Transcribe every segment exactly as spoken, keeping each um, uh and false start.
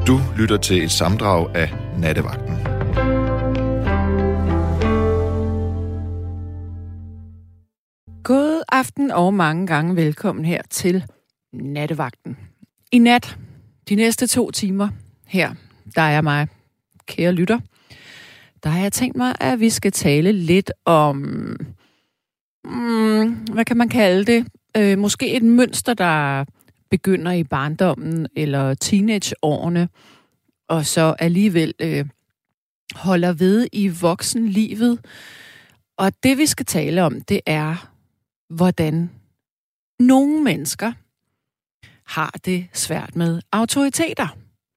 Du lytter til et sammendrag af Nattevagten. God aften og mange gange velkommen her til Nattevagten. I nat, de næste to timer her, der er mig, kære lytter, der har jeg tænkt mig, at vi skal tale lidt om, hmm, hvad kan man kalde det? Øh, måske et mønster, der begynder i barndommen eller teenageårene, og så alligevel øh, holder ved i voksenlivet. Og det, vi skal tale om, det er, hvordan nogle mennesker har det svært med autoriteter.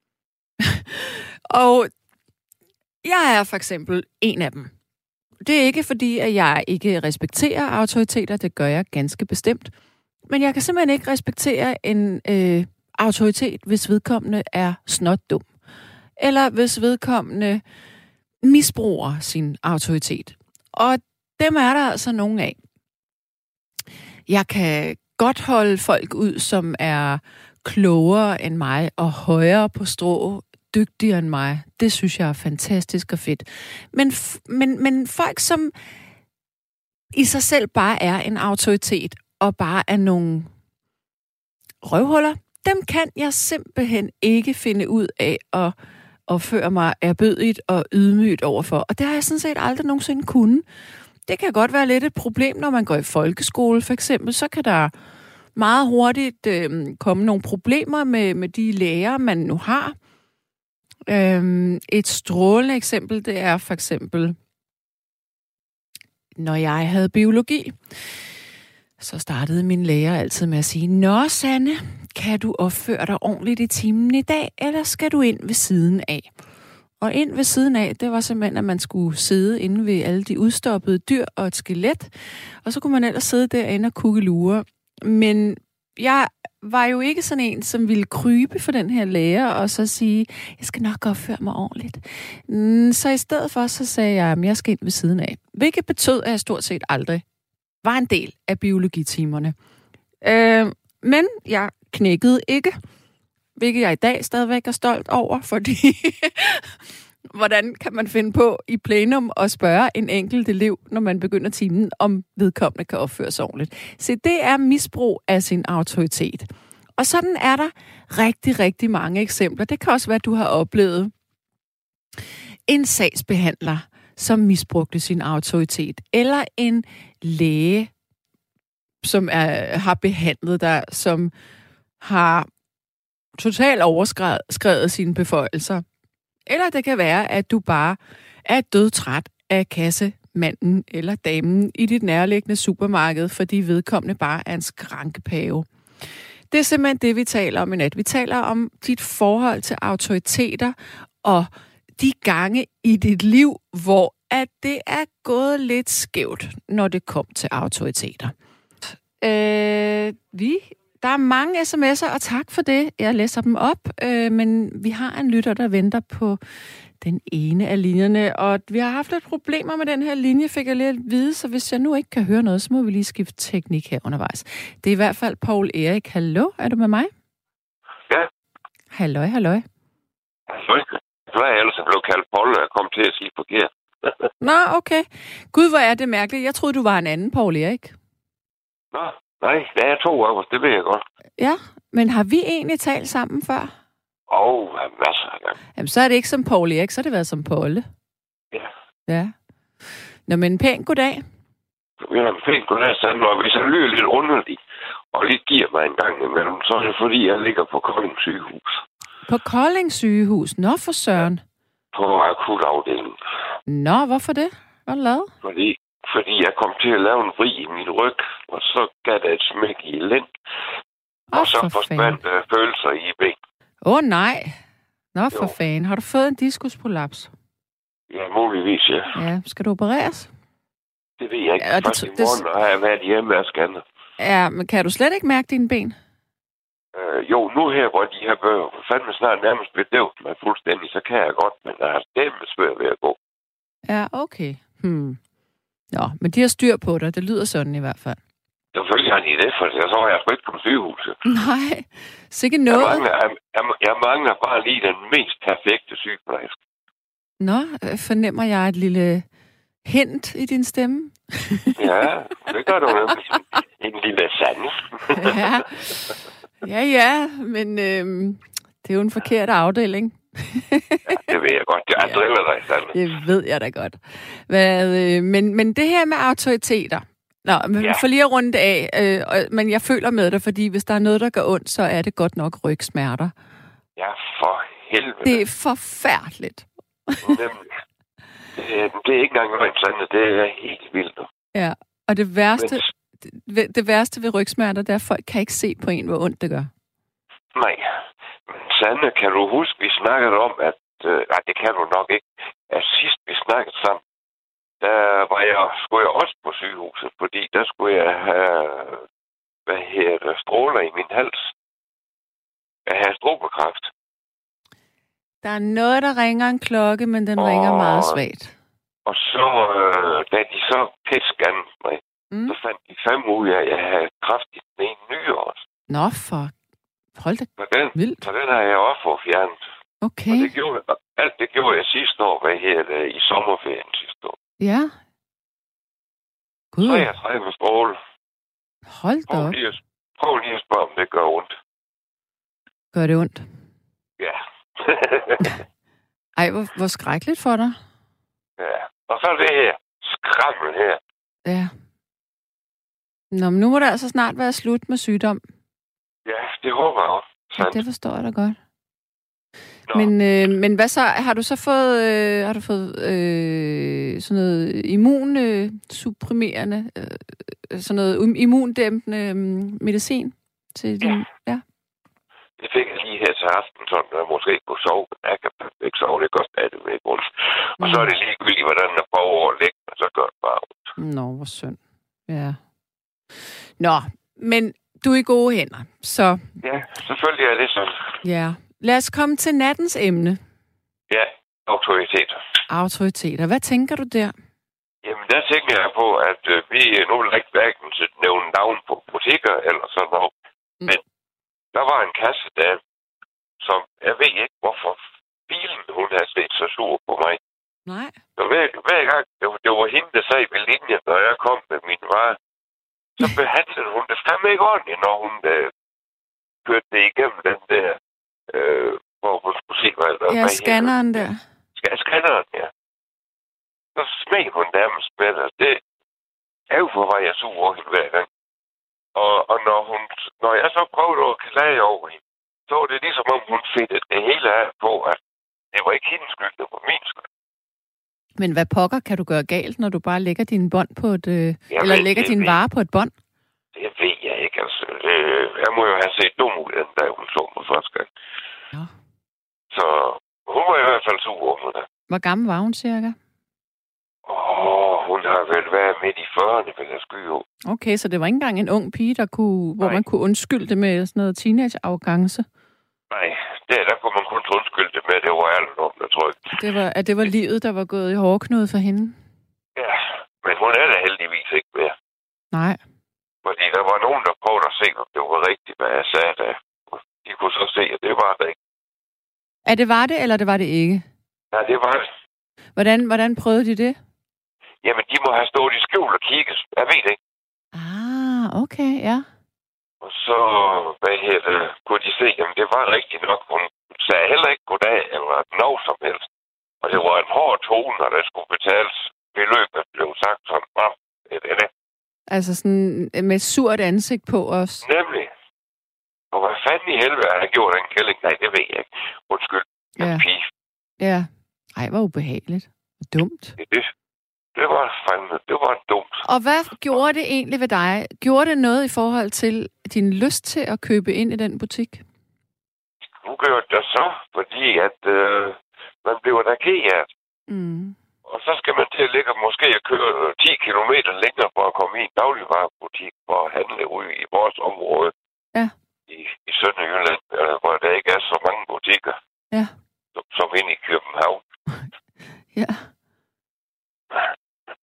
Og jeg er for eksempel en af dem. Det er ikke fordi, at jeg ikke respekterer autoriteter, det gør jeg ganske bestemt. Men jeg kan simpelthen ikke respektere en øh, autoritet, hvis vedkommende er snotdum. Eller hvis vedkommende misbruger sin autoritet. Og dem er der altså nogen af. Jeg kan godt holde folk ud, som er klogere end mig og højere på strå, dygtigere end mig. Det synes jeg er fantastisk og fedt. Men, men, men folk, som i sig selv bare er en autoritet og bare er nogle røvhuller, dem kan jeg simpelthen ikke finde ud af at opføre mig erbødigt og ydmygt overfor. Og det har jeg sådan set aldrig nogensinde kunnet. Det kan godt være lidt et problem, når man går i folkeskole for eksempel. Så kan der meget hurtigt øh, komme nogle problemer med, med de lærere, man nu har. Øh, et strålende eksempel, det er for eksempel, når jeg havde biologi, så startede min lærer altid med at sige, nå Sanne, kan du opføre dig ordentligt i timen i dag, eller skal du ind ved siden af? Og ind ved siden af, det var simpelthen, at man skulle sidde inde ved alle de udstoppede dyr og et skelet, og så kunne man ellers sidde derinde og kukkelure. Men jeg var jo ikke sådan en, som ville krybe for den her lærer og så sige, jeg skal nok opføre mig ordentligt. Så i stedet for, så sagde jeg, at jeg skal ind ved siden af. Hvilket betød, at jeg stort set aldrig var en del af biologitimerne. Øh, men jeg knækkede ikke, hvilket jeg i dag stadigvæk er stolt over, fordi hvordan kan man finde på i plenum at spørge en enkelt elev, når man begynder timen, om vedkommende kan opføre sig ordentligt. Så det er misbrug af sin autoritet. Og sådan er der rigtig, rigtig mange eksempler. Det kan også være, at du har oplevet en sagsbehandler, som misbrugte sin autoritet, eller en læge, som er, har behandlet dig, som har totalt overskredet sine beføjelser. Eller det kan være, at du bare er dødtræt af kassemanden eller damen i dit nærliggende supermarked, fordi vedkommende bare er en skrankepave. Det er simpelthen det, vi taler om i nat. Vi taler om dit forhold til autoriteter og de gange i dit liv, hvor at det er gået lidt skævt, når det kom til autoriteter. Øh, vi... Der er mange sms'er, og tak for det. Jeg læser dem op, øh, men vi har en lytter, der venter på den ene af linjerne, og vi har haft lidt problemer med den her linje, fik jeg lidt at vide, så hvis jeg nu ikke kan høre noget, så må vi lige skifte teknik her undervejs. Det er i hvert fald Poul Erik. Hallo, er du med mig? Ja. Halløj, halløj. Halløj. Så er jeg ellers blevet kaldt Poul, og jeg kom til at sige forkert. Nå, okay. Gud, hvor er det mærkeligt. Jeg troede, du var en anden Poul Erik. Nå. Nej, der er to af os, det ved jeg godt. Ja, men har vi egentlig talt sammen før? Åh, oh, masser af gange. Jamen, så er det ikke som Poul Erik, så har det været som Polle. Ja. Ja. Nå, men pæn goddag. Ja, pæn goddag, Sandra. Og hvis jeg lyder lidt underligt, og lidt giver mig en gang imellem, så er det fordi, jeg ligger på Kolding sygehus. På Kolding sygehus? Nå, for søren. På akutafdelingen. Nå, hvorfor det? Hvad har du lavet? Fordi... Fordi jeg kom til at lave en vrig i mit ryg, og så gav det et smæk i lænd. Oh, og så forsvandt uh, følelser i ben. Åh oh, nej. Nå for jo. fanden. Har du fået en diskusprolaps? Ja, muligvis, ja. Ja, skal du opereres? Det ved jeg ikke. Ja, Først det, i morgen det... har jeg været hjemme og scannet. Ja, men kan du slet ikke mærke dine ben? Uh, jo, nu her, hvor de har bøger, fandme snart nærmest bedøvet mig fuldstændig, så kan jeg godt, men der er stemme svært ved at gå. Ja, okay. Hmm. Nå, men de har styr på dig. Det lyder sådan i hvert fald. Selvfølgelig har de det, for så var jeg sgu ikke på sygehuset. Nej, sikkert noget. Jeg mangler, jeg, jeg, jeg mangler bare lige den mest perfekte sygeplejerske. Nå, fornemmer jeg et lille hint i din stemme? Ja, det gør du nemlig. En lille sand. Ja, ja, ja, men øhm, det er jo en forkert afdeling. Ja, det ved jeg godt. Jeg Ja. driller dig, Sande. Det ved jeg da godt. Hvad, øh, men, men det her med autoriteter. Nå, men Ja. for lige at runde det af, øh, og, men jeg føler med dig, fordi hvis der er noget, der gør ondt, så er det godt nok rygsmerter. Ja, for helvede. Det er forfærdeligt. Nemlig. Det, er- det er ikke engang løgn, Sande. Det er helt vildt. Ja, og det værste, Men, det, det værste ved rygsmerter, det er, at folk kan ikke se på en, hvor ondt det gør. nej. Men Sande, kan du huske, vi snakkede om, at... Øh, nej, det kan du nok ikke. At sidst vi snakkede sammen, der var jeg, skulle jeg også på sygehuset, fordi der skulle jeg have, hvad hedder det, stråler i min hals. Jeg havde strobekræft. Der er noget, der ringer en klokke, men den Og- ringer meget svagt. Og så, øh, da de så P E T-scannede mig, Mm. så fandt de fandme ud af, at jeg havde kræft i den ene nyre også. Nå, for... Hold da Så den, vildt. så den har jeg også fået fjernet. Okay. Og det gjorde, alt det gjorde jeg sidste år, hvad hedder det, i sommerferien sidste år. Ja. Gud, treogtredive stråle. hold da Prøv op. lige, at, prøv lige at spørge, om det gør ondt. Gør det ondt? Ja. Ej, hvor, hvor skrækkeligt for dig. Ja. Og så det her skrammel her. Ja. Nå, men nu må det altså snart være slut med sygdom. Ja, det håber jeg også. Ja, Sandt. det forstår jeg da godt. Nå. Men, øh, men hvad så? Har du så fået, øh, har du fået øh, sådan noget immunsupprimerende, øh, sådan noget um- immundæmpende øh, medicin til din... Ja. ja. Det fik jeg lige her til aften, så jeg måske ikke kunne sove. Jeg kan ikke sove, det går stadigvæk ondt. Og så er det ligegyldigt, hvordan der får over at lægge, og så gør det bare ondt. Nå, hvor synd. Ja. Nå, men du er i gode hænder, så Ja, selvfølgelig er det sådan. ja. Lad os komme til nattens emne. Ja, autoriteter. Autoriteter. Hvad tænker du der? Jamen, der tænker jeg på, at øh, vi nu vil ikke hverken til at nævne navn på butikker eller sådan noget. Mm. Men der var en kasse der, som jeg ved ikke, hvorfor bilen hun havde set så sur på mig. Nej. Så hver, hver gang det var, det var hende, der sad ved linjen, når jeg kom med min vare, så behandlede hun det fandme ikke ordentligt, når hun øh, kørte det igennem den der, øh, hvor hun skulle se, hvad der Ja, hvad scanneren der. Sk- Scanneren, ja. Så smeg hun nærmest med det. Det er jo for, hvad jeg sur over hende hver gang. Og, og når, hun, når jeg så prøvede at klage over hende, så var det ligesom om hun fedtede det hele af på, at det var ikke hendes skyld, det var min skyld. Men hvad pokker kan du gøre galt, når du bare lægger dine bånd på et... Øh, Jeg eller ved, lægger det din ved- vare på et bånd? Det ved jeg ikke, altså. Det, jeg må jo have set dum ud, den dag hun så mig første gang. Ja. Så hun var i hvert fald sur over det. Hvor gammel var hun cirka? Åh, hun har vel været midt i fyrrerne, vil jeg skyde jo. Okay, så det var ikke engang en ung pige, der kunne, hvor Nej. man kunne undskylde det med sådan noget teenage-arrogance. Nej, der, der kunne man kun undskylde det med, det var alt om, jeg tror ikke. Det var, at det var livet, der var gået i hårdknude for hende? Ja, men hun er da heldigvis ikke mere. Nej. Fordi der var nogen, der prøvede at se, om det var rigtigt, hvad jeg sagde der. De kunne så se, at det var det ikke. Er det var det, eller det var det ikke? Ja, det var det. Hvordan, hvordan prøvede de det? Jamen, de må have stået i skjul og kigget. Jeg ved det ikke. Ah, okay, ja. Og så, hvad hedder det, kunne de se, jamen det var rigtigt nok. Hun sagde heller ikke goddag, eller noget som helst. Og det var en hård tone, og der skulle betales beløbet, blev sagt sådan. Nå, det er det. Altså sådan med et surt ansigt på os. Nemlig. Og hvad fanden i helvede har han gjort den kælling? Nej, det ved jeg ikke. Undskyld. En Ja. pige. Ja. Ej, hvor ubehageligt. Og dumt. Det, det, det var fandme, det var dumt. Og hvad gjorde det egentlig ved dig? Gjorde det noget i forhold til din lyst til at købe ind i den butik? Nu gør det så, fordi at øh, man bliver da ked af det. Mm. Og så skal man til at ligge og måske at køre ti kilometer længere for at komme i en dagligvarebutik for at handle ude i vores område. Ja. I, i Sønderjylland, øh, hvor der ikke er så mange butikker, Ja. som, som inde i København. Ja.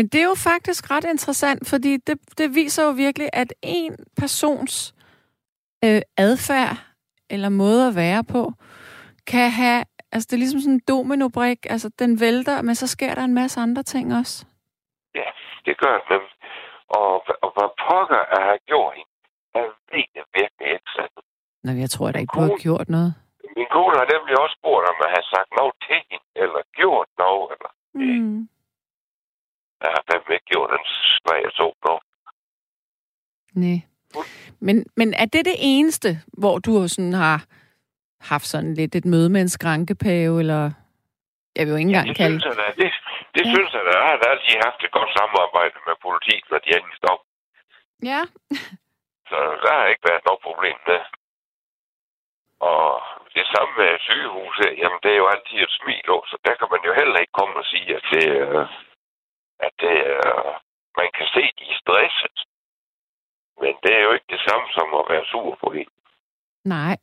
Men det er jo faktisk ret interessant, fordi det, det viser jo virkelig, at en persons øh, adfærd eller måde at være på, kan have, altså det er ligesom sådan en dominobrik, altså den vælter, men så sker der en masse andre ting også. Ja, det gør det. Og, og hvad pokker er har gjort hende, jeg ved det virkelig ikke sådan. Nå, jeg tror da ikke, du har gjort noget. Min kone har nemlig også spurgt, om jeg har sagt noget til hende, eller gjort noget, eller Mm. jeg har fandme ikke gjort den slag, jeg så noget. Nej. Men, men er det det eneste, hvor du sådan har haft sådan lidt et møde med en skrankepave, eller jeg vil jo ikke engang ja, det kalde... Synes jeg, da, det det ja. synes jeg, da. Jeg har altid haft et godt samarbejde med politiet, når de endelig står. Ja. Så der har ikke været noget problem med. Og det samme med sygehuset, jamen det er jo altid et smil, så der kan man jo heller ikke komme og sige, at det, at det man kan se, de er stresset. Men det er jo ikke det samme som at være sur på en. Nej.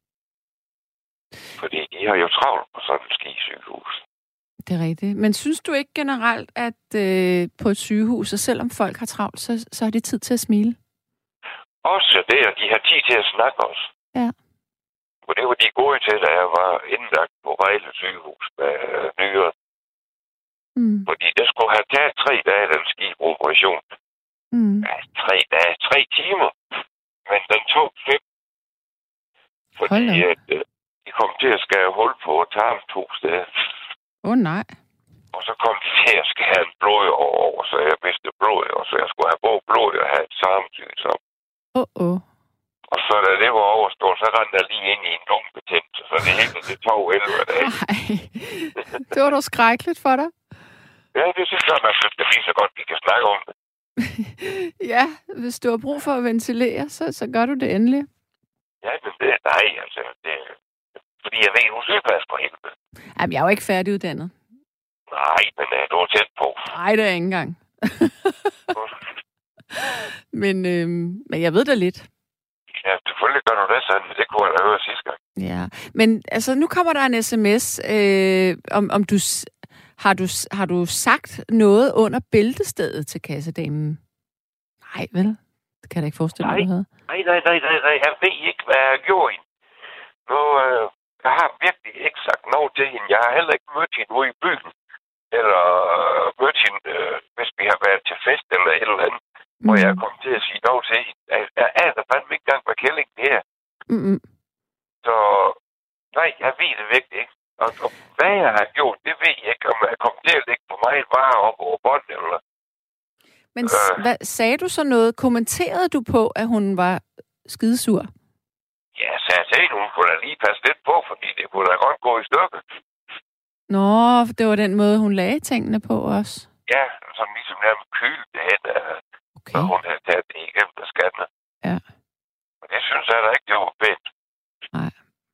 Fordi de har jo travlt på sådan et skisygehus. Det er rigtigt. Men synes du ikke generelt, at øh, på et sygehus, og selvom folk har travlt, så, så har de tid til at smile? Også det, at de har tid til at snakke os. Ja. Og det var de gode til, da jeg var indlagt på Vejle sygehus med øh, nyere. Mm. Fordi det skulle have taget tre dage, den skiboperation. Mm. Ja, tre dage, tre timer. Men den tog fem. Fordi at, øh, de kom til at skære hul på tarm to steder. Åh, oh, nej. Og så kom de til at skære en blod over, så jeg vidste blod, og så jeg skulle have både blod og have et tarmsyge sammen. Åh, oh, åh. Oh. Og så da det var overstået, så rendte jeg lige ind i en lungebetændelse, så det hele, det tog elleve dage. Nej, det var da skrækkeligt for dig. Ja, det synes jeg, man synes, det er så godt, vi kan snakke om det. Ja, hvis du har brug for at ventilere, så, så gør du det endelig. Ja, men det er nej, altså. Det, fordi jeg ved, hun sygeplejerske for helvede. Jamen, jeg er jo ikke færdiguddannet. Nej, men uh, du er tæt på. Nej, det er ikke engang. men, øhm, men jeg ved da lidt. Ja, selvfølgelig gør du det sådan. Det kunne jeg da høre sidste gang. Ja, men altså, nu kommer der en sms, øh, om, om du... Har du, har du sagt noget under bæltestedet til kassedamen? Nej, vel? Det kan jeg da ikke forestille mig, du havde. Nej, nej, nej, nej, nej. Jeg ved ikke, hvad jeg gjorde hende. Nu, øh, jeg har virkelig ikke sagt noget til hende. Jeg har heller ikke mødt hende ude i byen. Eller øh, mødt hende, øh, hvis vi har været til fest eller et eller andet. Mm. Hvor jeg kom til at sige noget til hende. Jeg, jeg er der fandme ikke engang med kællingen her. Mm-hmm. Så nej, jeg ved det virkelig ikke. Og, og hvad jeg har gjort, det ved jeg ikke, om jeg kom til at lægge for mig varer op over bånd, eller... Men øh. hvad, sagde du så noget? Kommenterede du på, at hun var skidesur? Ja, så jeg sagde, hun kunne da lige passe lidt på, fordi det kunne da godt gå i stykker. Nå, det var den måde, hun lagde tingene på også? Ja, sådan ligesom nærmest kyl det hen, okay. Og hun havde taget det igennem af skattene. Ja. Og det synes jeg da ikke, det var pænt. Nej.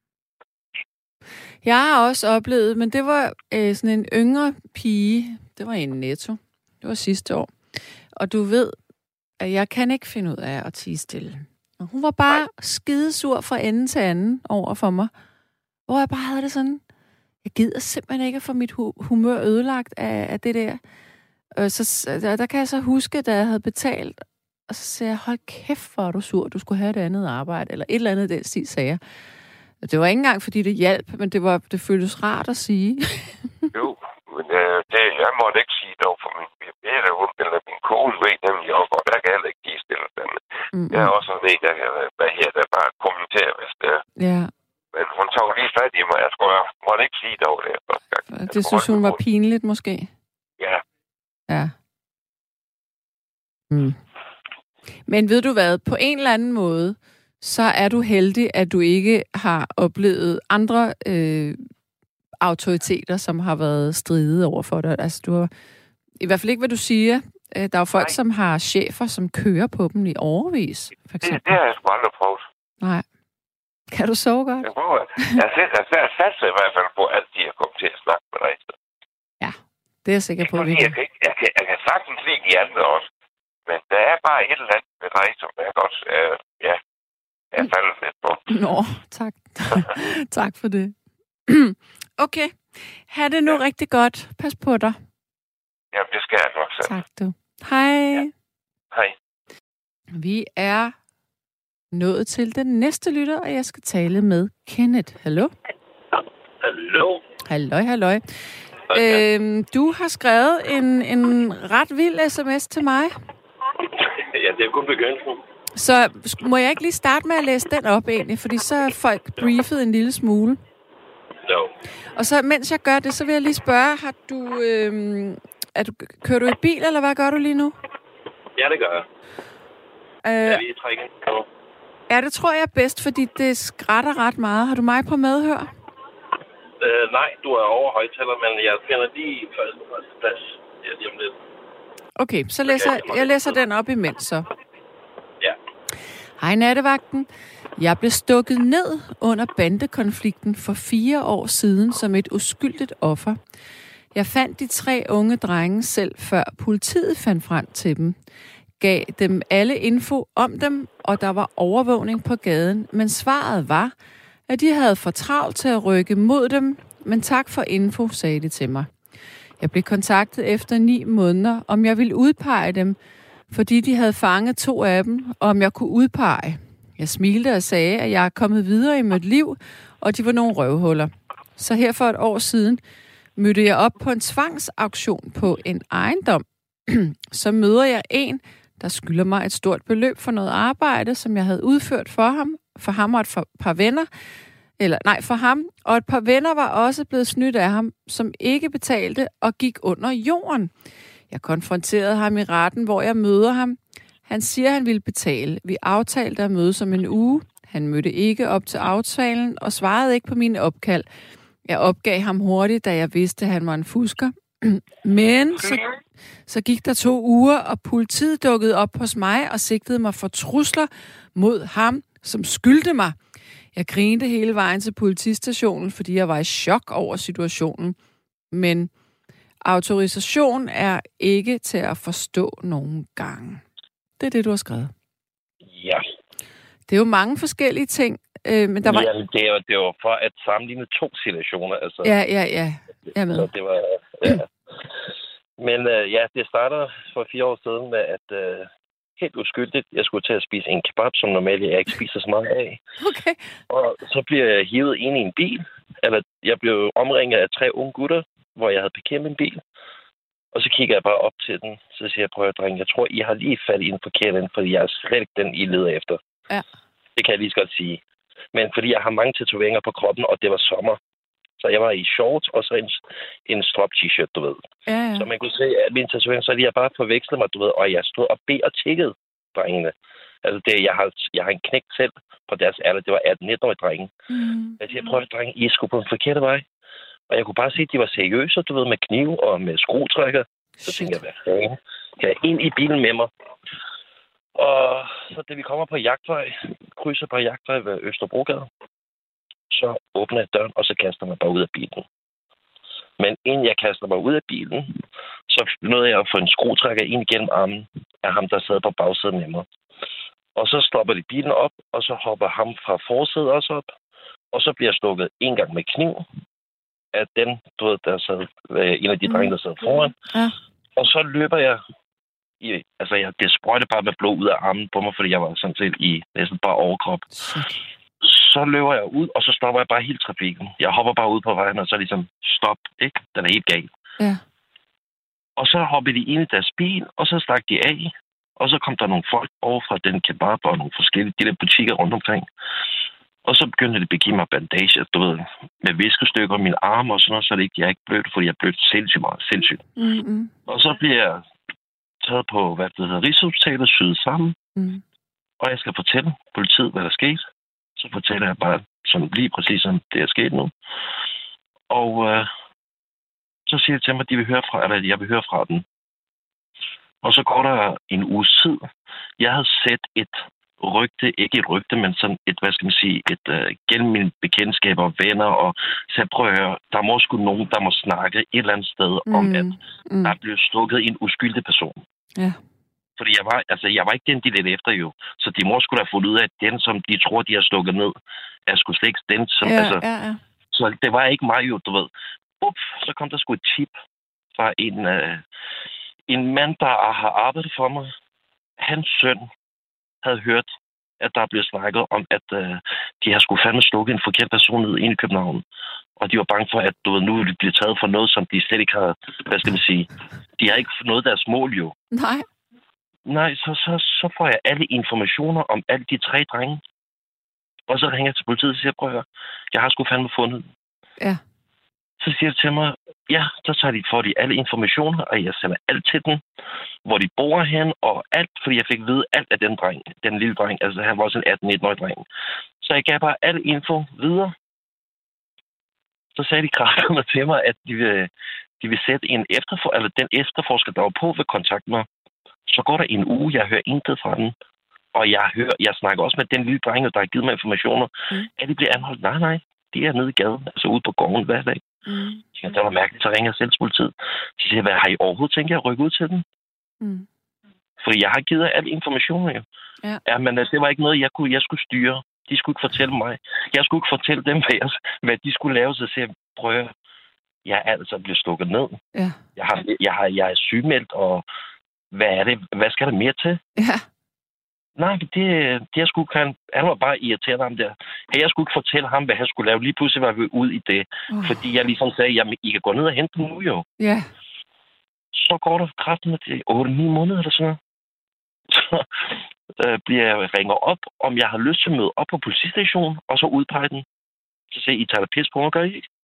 Jeg har også oplevet, men det var øh, sådan en yngre pige. Det var en Netto. Det var sidste år. Og du ved, at jeg kan ikke finde ud af at tie stille. Og hun var bare Nej. skidesur fra ende til anden over for mig. Hvor jeg bare havde det sådan, jeg gider simpelthen ikke at få mit hu- humør ødelagt af, af det der. Og så, der, der kan jeg så huske, da jeg havde betalt, og så sagde jeg, hold kæft, hvor er du sur, du skulle have et andet arbejde, eller et eller andet den stil, sagde jeg. Det var ikke engang, fordi det hjalp, men det, var, det føltes rart at sige. Jo, men øh, det, jeg måtte ikke sige dog, for min bedre eller min kone ved nemlig også, og der kan jeg heller ikke give stille den. Mm-hmm. Jeg er også sådan en, der kan være her, der bare kommentere, hvis det er. Ja. Men hun tog lige fat i mig, jeg skulle jeg måtte ikke sige dog det. Jeg det synes hun var pinligt, måske? Ja. Ja. Mm. Men ved du hvad, på en eller anden måde, så er du heldig, at du ikke har oplevet andre øh, autoriteter, som har været stridige over for dig. Altså, du har, i hvert fald ikke, hvad du siger. Der er jo folk, Nej. som har chefer, som kører på dem i årevis, for eksempel. Det, det har jeg sgu aldrig prøvet. Nej. Kan du sove godt? Jeg prøver. Jeg, jeg, jeg satser i hvert fald på, at de er kommet til at snakke med dig. Ja, det er jeg sikker på. Jeg, jeg, kan, jeg, kan, jeg kan sagtens lide de andre også. Men der er bare et eller andet med dig, som jeg godt... Øh, ja. Jeg falder lidt på. Nå, tak. Tak for det. Okay. Ha' det nu ja. rigtig godt. Pas på dig. Ja, det skal jeg nok, Sanne. Tak du. Hej. Ja. Hej. Vi er nået til den næste lytter, og jeg skal tale med Kenneth. Hallo? Hallo? Halløj, halløj. Øhm, du har skrevet en, en ret vild sms til mig. Ja, det er kun begyndelsen. Så må jeg ikke lige starte med at læse den op egentlig, fordi så er folk briefet en lille smule. Jo. Og så mens jeg gør det, så vil jeg lige spørge, har du, øhm, er du, kører du i bil, eller hvad gør du lige nu? Ja, det gør jeg. Øh, Ja, vi er trækken. ja, det tror jeg er bedst, fordi det skrætter ret meget. Har du mig på medhør? Øh, nej, du er over højtaler, men jeg finder lige første, første plads. Ja, lige om lidt. Okay, så læser jeg læser den op imens så. Ja. Hej nattevagten. Jeg blev stukket ned under bandekonflikten for fire år siden som et uskyldigt offer. Jeg fandt de tre unge drenge selv, før politiet fandt frem til dem. Gav dem alle info om dem, og der var overvågning på gaden. Men svaret var, at de havde for travlt til at rykke mod dem. Men tak for info, sagde de til mig. Jeg blev kontaktet efter ni måneder, om jeg ville udpege dem, fordi de havde fanget to af dem, og om jeg kunne udpege. Jeg smilte og sagde, at jeg er kommet videre i mit liv, og de var nogle røvhuller. Så her for et år siden mødte jeg op på en tvangsauktion på en ejendom. Så møder jeg en, der skylder mig et stort beløb for noget arbejde, som jeg havde udført for ham, for ham og et par venner, eller nej, for ham, og et par venner var også blevet snydt af ham, som ikke betalte og gik under jorden. Jeg konfronterede ham i retten, hvor jeg møder ham. Han siger, han ville betale. Vi aftalte at mødes om en uge. Han mødte ikke op til aftalen og svarede ikke på mine opkald. Jeg opgav ham hurtigt, da jeg vidste, at han var en fusker. Men så, så gik der to uger, og politiet dukkede op hos mig og sigtede mig for trusler mod ham, som skyldte mig. Jeg grinte hele vejen til politistationen, fordi jeg var i chok over situationen. Men autorisation er ikke til at forstå nogen gange. Det er det, du har skrevet. Ja. Det er jo mange forskellige ting. Øh, men der var... Jamen, det var, det var for at sammenligne to situationer. Altså. Ja, ja, ja. Jeg er med. Så det var, ja. Men øh, ja, det startede for fire år siden med, at øh, helt uskyldigt, jeg skulle til at spise en kebab, som normalt jeg ikke spiser så meget af. Okay. Og så bliver jeg hivet ind i en bil. Eller jeg blev omringet af tre unge gutter, hvor jeg havde parkeret min bil. Og så kigger jeg bare op til den. Så siger jeg, prøv at drenge, jeg tror, I har lige faldet ind forkert ind, fordi jeg er slet ikke den, I leder efter. Ja. Det kan jeg lige så godt sige. Men fordi jeg har mange tatoveringer på kroppen, og det var sommer. Så jeg var i shorts og så en, en strop t-shirt, du ved. Ja, ja. Så man kunne se, at mine tatoveringer, så de har bare forvekslet mig, du ved. Og jeg stod og bed og tikkede drengene. Altså, det, jeg, har, jeg har en knægt selv på deres alder. Det var atten-nitten-årige drenge. Mm. Jeg siger, prøv at drenge, I er sgu på den forkerte vej. Og jeg kunne bare se, at de var seriøse, du ved, med kniv og med skruetrækker. Så Shit. tænkte jeg, hvad fanden? Kan jeg ind i bilen med mig? Og så da vi kommer på Jagtvej, krydser på Jagtvej ved Østerbrogade, så åbner jeg døren, og så kaster man bare ud af bilen. Men inden jeg kaster mig ud af bilen, så nåede jeg at få en skruetrækker ind igennem armen af ham, der sad på bagsædet med mig. Og så stopper de bilen op, og så hopper ham fra forsædet også op. Og så bliver jeg stukket en gang med kniv af den, du ved, der sad, en af de drenge, der sad foran. Ja. Og så løber jeg, i, altså jeg, det sprøjte bare med blod ud af armen på mig, fordi jeg var sådan set i næsten bare overkrop. Shit. Så løber jeg ud, og så stopper jeg bare hele trafikken. Jeg hopper bare ud på vejen, og så ligesom, stop, ikke? Den er helt gal. Ja. Og så hoppede de ind i deres bil, og så stak de af. Og så kom der nogle folk over fra den kebab og nogle forskellige de der butikker rundt omkring. Og så begyndte de at begive mig bandager, du ved, med viskestykker og mine arme og sådan noget, så det ikke, jeg er ikke blødt, fordi jeg er blødt sindssygt meget, sindssygt. Mm-hmm. Og så bliver jeg taget på, hvad det hedder, Rigshospitalet, syet sammen. Mm. Og jeg skal fortælle politiet, hvad der skete. Så fortæller jeg bare sådan lige præcis, som det er sket nu. Og øh, så siger de til mig, at de vil høre fra, eller jeg vil høre fra den. Og så går der en uges tid. Jeg havde set et rygte, ikke et rygte, men sådan et, hvad skal man sige, et uh, gennem mine bekendtskaber og venner, og så jeg prøver at høre, der må sgu nogen, der må snakke et eller andet sted mm. om, at mm. der er blevet stukket en uskyldig person. Ja. Fordi jeg var, altså, jeg var ikke den, de lidt efter jo. Så de må sgu da få ud af, at den, som de tror, de har stukket ned, er sgu slet ikke den, som, ja, altså, ja, ja. så det var ikke mig jo, du ved. Up, så kom der sgu et chip. fra en, uh, en mand, der har arbejdet for mig. Hans søn havde hørt, at der blev snakket om, at uh, de har skulle fandme slukke en forkert person ned inde i København. Og de var bange for, at du ved, nu vil de blive taget for noget, som de slet ikke har, hvad skal man sige, de har ikke nået deres mål jo. Nej. Nej, så, så, så får jeg alle informationer om alle de tre drenge. Og så ringer jeg til politiet og siger, prøv at høre, jeg har sgu fandme fundet den. Ja. Så siger de til mig, ja, så tager de, får de alle informationer, og jeg sender alt til den, hvor de bor hen, og alt, fordi jeg fik at vide alt af den dreng, den lille dreng, altså han var også en atten-nitten-årig dreng. Så jeg gav bare alle info videre. Så sagde de kræfterne til mig, at de vil, de vil sætte en efterfor, eller den efterforsker, der var på, vil kontakte mig. Så går der en uge, jeg hører intet fra den. Og jeg hører, jeg snakker også med den lille dreng, der har givet mig informationer. Mm. At de bliver anholdt. Nej, nej. De er nede i gaden, altså ude på gården hver dag. Mm. Ja, det var mærkeligt, så ringer jeg selv til politiet. Så siger jeg, hvad har I overhovedet tænkt jer at rykke ud til den? Mm. Fordi jeg har givet jer alle informationer, jo. Ja. Ja, men altså, det var ikke noget, jeg, kunne, jeg skulle styre. De skulle ikke fortælle mig. Jeg skulle ikke fortælle dem, hvad, jeg, hvad de skulle lave. Så siger jeg, prøv at jeg er altså blevet stukket ned. Ja. Jeg, har, jeg, har, jeg er sygemeldt, og hvad er det? Hvad skal der mere til? Ja. Nej, det, det jeg skulle kan. Han var bare irriteret ham der. Hey, jeg skulle ikke fortælle ham, hvad han skulle lave. Lige pludselig var vi ude i det. Uh. Fordi jeg ligesom sagde, jamen, I kan gå ned og hente dem nu jo. Ja. Yeah. Så går der kraften til otte ni måneder eller sådan noget. Så øh, bliver jeg ringer op, om jeg har lyst til at møde op på politistationen, og så udpege den. Så siger I, tager der pis på mig, gør I ikke?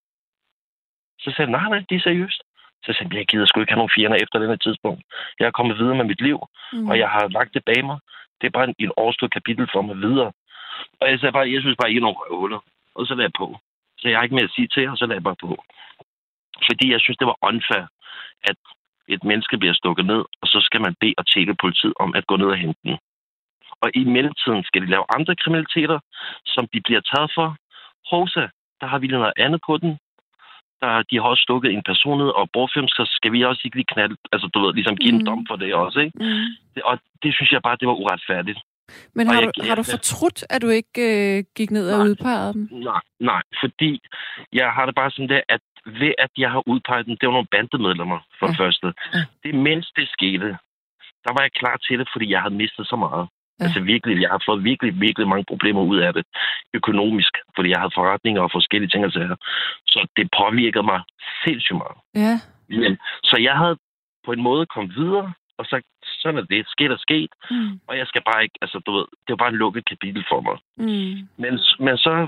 Så siger jeg, nej, nej, det er seriøst. Så siger jeg, jeg gider sgu ikke have nogle fjender efter den her tidspunkt. Jeg er kommet videre med mit liv, mm. og jeg har lagt det bag mig. Det er bare en, en overstået kapitel for mig videre. Og jeg sagde bare, jeg synes bare, I er nogle røvhuller. Og så lagde jeg på. Så jeg har ikke mere at sige til jer, og så lagde jeg bare på. Fordi jeg synes, det var unfair, at et menneske bliver stukket ned, og så skal man bede og tælle politiet om at gå ned og hente den. Og i mellemtiden skal de lave andre kriminaliteter, som de bliver taget for. Hosa, der har vi noget andet på den. Der, de har også stukket en person ned, og bortfilm, så skal vi også ikke lige knalde, altså du ved, ligesom give mm. en dom for det også, ikke? Mm. Det, og det synes jeg bare, det var uretfærdigt. Men har, jeg, du, har du fortrudt, at du ikke øh, gik ned og udpegede dem? Nej, nej, fordi jeg har det bare sådan der, at ved at jeg har udpeget dem, det var nogle bandemedlemmer for ja. første. Ja. Det mens det skete, der var jeg klar til det, fordi jeg havde mistet så meget. Ja. Altså virkelig, jeg har fået virkelig, virkelig mange problemer ud af det. Økonomisk, fordi jeg havde forretninger og forskellige ting og sager. Så det påvirkede mig sindssygt meget. Ja. Men, så jeg havde på en måde kommet videre, og så sådan er det. Sket er sket. Mm. Og jeg skal bare ikke, altså du ved, det var bare en lukket kapitel for mig. Mm. Men, men så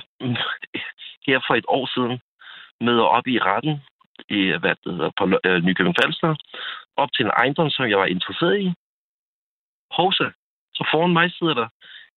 her for et år siden, møder op i retten i, hvad det hedder, på øh, Nykøbing Falster, op til en ejendom, som jeg var interesseret i. Hosa. Så foran mig sidder der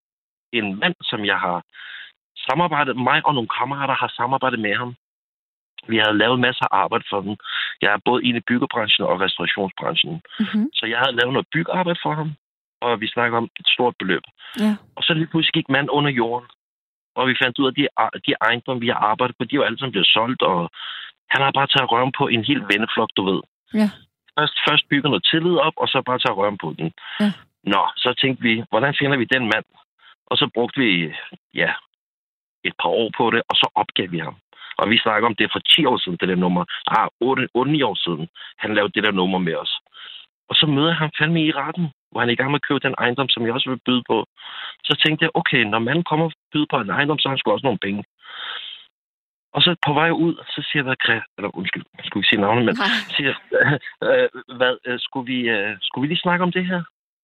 en mand, som jeg har samarbejdet, mig og nogle kammerater har samarbejdet med ham. Vi havde lavet masser af arbejde for dem. Jeg er både inde i byggebranchen og restaurationsbranchen. Mm-hmm. Så jeg havde lavet noget byggearbejde for ham, og vi snakker om et stort beløb. Ja. Og så lige pludselig gik mand under jorden, og vi fandt ud af, at de, de ejendomme, vi har arbejdet på, de er jo alle sammen blevet solgt, og han har bare taget røven på en hel venneflok, du ved. Ja. Først, først bygger noget tillid op, og så bare tager røven på den. Ja. Nå, så tænkte vi, hvordan finder vi den mand? Og så brugte vi, ja, et par år på det, og så opgav vi ham. Og vi snakker om det for ti år siden, det der nummer. Ah, otte ni år siden, han lavede det der nummer med os. Og så møder jeg ham fandme i retten, hvor han er i gang med at købe den ejendom, som jeg også vil byde på. Så tænkte jeg, okay, når manden kommer og byder på en ejendom, så har han sgu også nogle penge. Og så på vej ud, så siger jeg, hvad, eller undskyld, jeg skulle ikke sige navnet, men siger, øh, hvad, øh, skulle, vi, øh, skulle vi lige snakke om det her?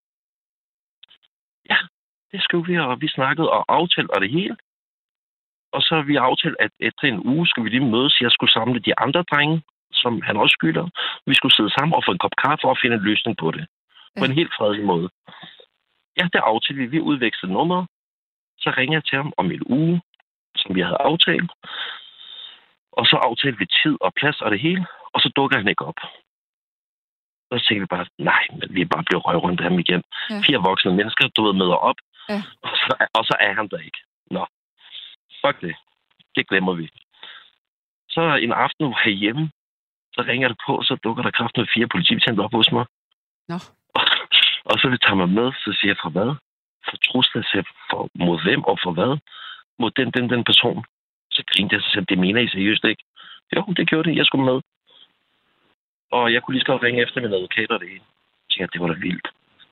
Ja, det skulle vi, og vi snakkede og aftalte og det hele. Og så har vi aftalt, at efter en uge skulle vi lige mødes. Jeg skulle samle de andre drenge, som han også skylder. Vi skulle sidde sammen og få en kop kaffe og finde en løsning på det. På en helt fredelig måde. Ja, det aftalte vi. Vi udvekslede nummer. Så ringer jeg til ham om en uge, som vi havde aftalt. Og så aftalte vi tid og plads og det hele. Og så dukker han ikke op. Og så tænkte vi bare, nej, men vi er bare blevet røg rundt ham igen. Ja. Fire voksne mennesker, du ved, møder op. Ja. Og, så, og så er han der ikke. Nå. Fuck det. Det glemmer vi. Så en aften, hvor jeg er hjemme, så ringer det på, så dukker der kraften med fire politibetjente op hos mig. Nå. Og, og så vil tage mig med, så siger jeg, fra hvad? For trusler, siger for mod hvem og for hvad? Mod den, den, den person. Så grinte jeg, så siger det mener I seriøst ikke? Jo, det gjorde det. Jeg skulle med. Og jeg kunne lige så godt ringe efter mine advokater det hele. Jeg tænkte, at det var da vildt.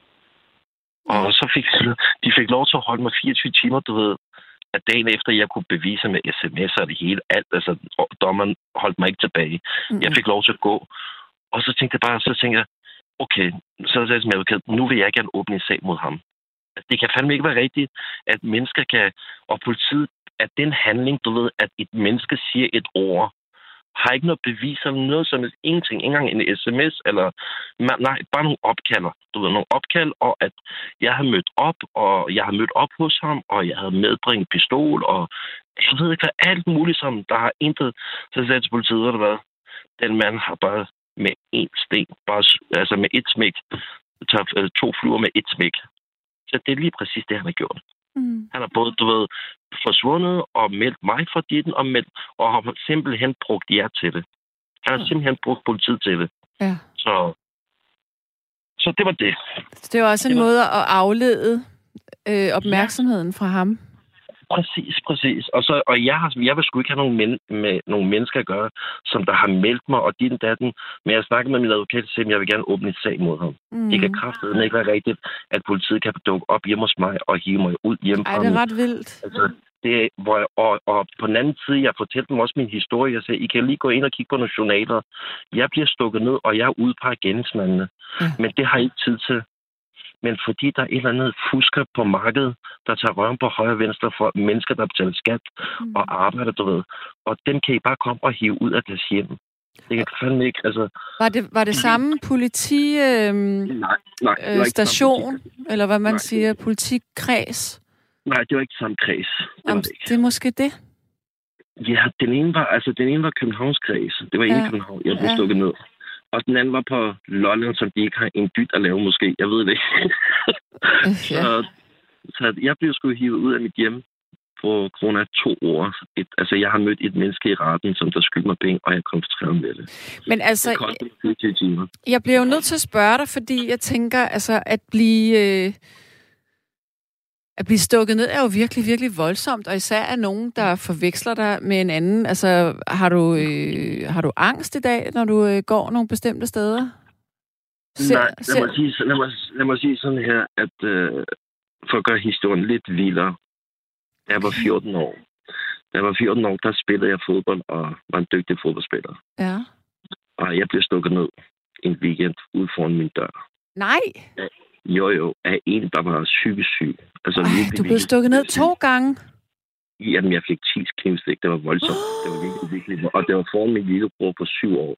Og så fik de fik lov til at holde mig fireogtyve timer, du ved, at dagen efter, jeg kunne bevise med sms'er og det hele, alt, altså dommeren holdt mig ikke tilbage. Mm. Jeg fik lov til at gå. Og så tænkte jeg bare, så tænkte jeg, okay, så sagde jeg som advokat, nu vil jeg gerne åbne en sag mod ham. Det kan fandme ikke være rigtigt, at mennesker kan, og politiet, at den handling, du ved, at et menneske siger et ord, har ikke noget bevis eller noget som helst, ingenting, ikke engang en sms, eller nej, bare nogle opkalder, du ved, nogle opkald, og at jeg har mødt op, og jeg har mødt op hos ham, og jeg havde medbringet pistol, og jeg ved ikke hvad, alt muligt, som der har intet, så sagde jeg til politiet, ved du hvad, den mand har bare med én sten, bare, altså med et smæk, tager to fluer med et smæk. Så det er lige præcis det, han har gjort. Mm. Han har både, du ved, forsvundet og meldt mig for ditten, og, meldt, og har simpelthen brugt jer til det. Han har mm. simpelthen brugt politiet til det. Ja. Så, så det var det. Så det var også en det var... måde at aflede øh, opmærksomheden ja. fra ham. Præcis, præcis. Og, så, og jeg, har, jeg vil sgu ikke have nogen men, med nogle mennesker at gøre, som der har meldt mig, og din datten. Men jeg snakker med min advokat og siger, at jeg vil gerne åbne et sag mod ham. Mm. Det kan kraftedeme ikke være rigtigt, at politiet kan dukke op hjemme hos mig og hive mig ud hjemmefra. Ej, det er ret vildt. Altså, det, hvor jeg, og, og på den anden side, jeg fortalte dem også min historie. Jeg sagde, I kan lige gå ind og kigge på nogle journaler. Jeg bliver stukket ned, og jeg er ude på gerningsmændene. Ja. Men det har jeg ikke tid til. Men fordi der er et eller andet fusker på markedet, der tager røven på højre og venstre for mennesker, der betaler skat mm. og arbejder, du ved. Og dem kan I bare komme og hive ud af deres hjem. Det kan fandme ikke, altså... Var det, var det samme politi... Øh, nej, nej. Øh, station, eller hvad man nej, siger, politikreds? Nej, det var ikke samme kreds. Det, Jamen, det, det er måske det? Ja, den ene var, altså, den ene var Københavnskreds. Det var ja. inde i København. Jeg blev ja. stukket ned. Og den anden var på Lolland, som de ikke har en dyt at lave, måske. Jeg ved det ikke. ja. så, så jeg blev sgu hivet ud af mit hjem på grund af to år. Et, altså, jeg har mødt et menneske i retten, som der skyldte mig penge, og jeg kom til med det. Men altså, det jeg bliver jo nødt til at spørge dig, fordi jeg tænker, altså, at blive... Øh At blive stukket ned er jo virkelig, virkelig voldsomt, og især er nogen, der forveksler dig med en anden. Altså, har du, øh, har du angst i dag, når du øh, går nogle bestemte steder? Se, Nej, lad mig, sige, lad, mig, lad mig sige sådan her, at øh, for at gøre historien lidt vildere. Da jeg var fjorten år. Da jeg var fjorten år, der spillede jeg fodbold, og var en dygtig fodboldspiller. Ja. Og jeg blev stukket ned en weekend ude foran min dør. Nej! Ja. Jo, jo, af en, der var psykisk syg. Altså, Ej, du blev stukket ned to gange? Jamen, jeg fik ti knivstik. Det var voldsomt. Oh. Det var virkelig, virkelig. Og det var foran min lillebror på syv år.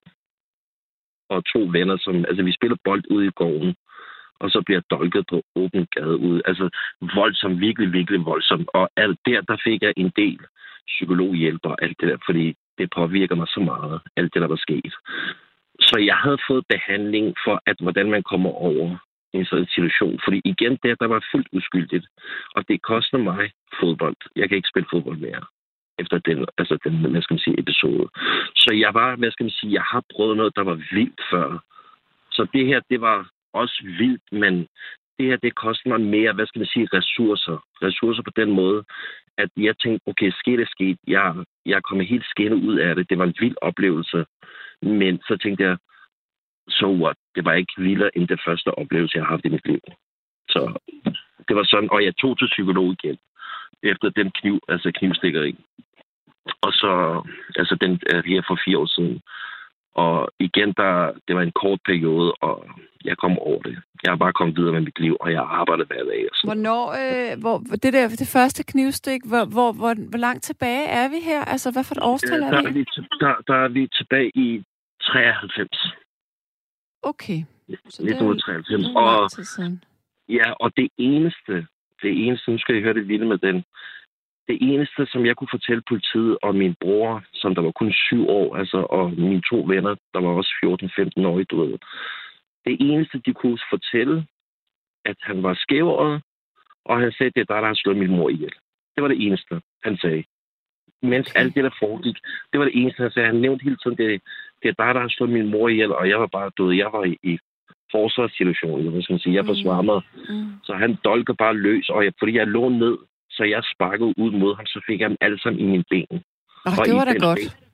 Og to venner, som... Altså, vi spiller bold ude i gården. Og så bliver dolket på åben gade ude. Altså, voldsomt. Virkelig, virkelig voldsomt. Og alt der, der fik jeg en del psykologhjælp og alt det der. Fordi det påvirker mig så meget. Alt det, der var sket. Så jeg havde fået behandling for, at hvordan man kommer over en sådan situation. Fordi igen, der, der var fuldt uskyldigt. Og det koster mig fodbold. Jeg kan ikke spille fodbold mere. Efter den, altså den, hvad skal man sige, episode. Så jeg var, hvad skal man sige, jeg har prøvet noget, der var vildt før. Så det her, det var også vildt, men det her, det koster mig mere, hvad skal man sige, ressourcer. Ressourcer på den måde, at jeg tænkte, okay, sket er sket. Jeg, jeg er kommet helt skændet ud af det. Det var en vild oplevelse. Men så tænkte jeg, so what? Det var ikke vildere end det første oplevelse, jeg har haft i mit liv. Så det var sådan, og jeg tog til psykolog igen. Efter den kniv, altså knivstikkeri. Og så, altså den her for fire år siden. Og igen, der, det var en kort periode, og jeg kom over det. Jeg har bare kommet videre med mit liv, og jeg arbejder hver dag. Hvornår, øh, hvor, det der, det første knivstik, hvor, hvor, hvor, hvor langt tilbage er vi her? Altså, hvad for et årstal er vi? Der, der er vi tilbage i treoghalvfems. Okay. Så nitten treoghalvfems. Og, ja, og det eneste, det eneste, nu skal I høre det vilde med den, det eneste, som jeg kunne fortælle politiet og min bror, som der var kun syv år, altså, og mine to venner, der var også fjorten femten år, du ved. Det eneste, de kunne fortælle, at han var skævret, og han sagde, det er der, der har slået min mor ihjel. Det var det eneste, han sagde. Mens okay. alt det, der foregik, det var det eneste, han sagde. Han nævnte hele tiden, det, det er der, der har slået min mor ihjel, og jeg var bare død. Jeg var i, i forsvarssituationen, hvad skal man sige. Jeg forsvarede mig. Mm. Så han dolker bare løs, og jeg, fordi jeg lå ned, så jeg sparkede ud mod ham, så fik jeg dem alle sammen i mine ben. Oh, det var da godt.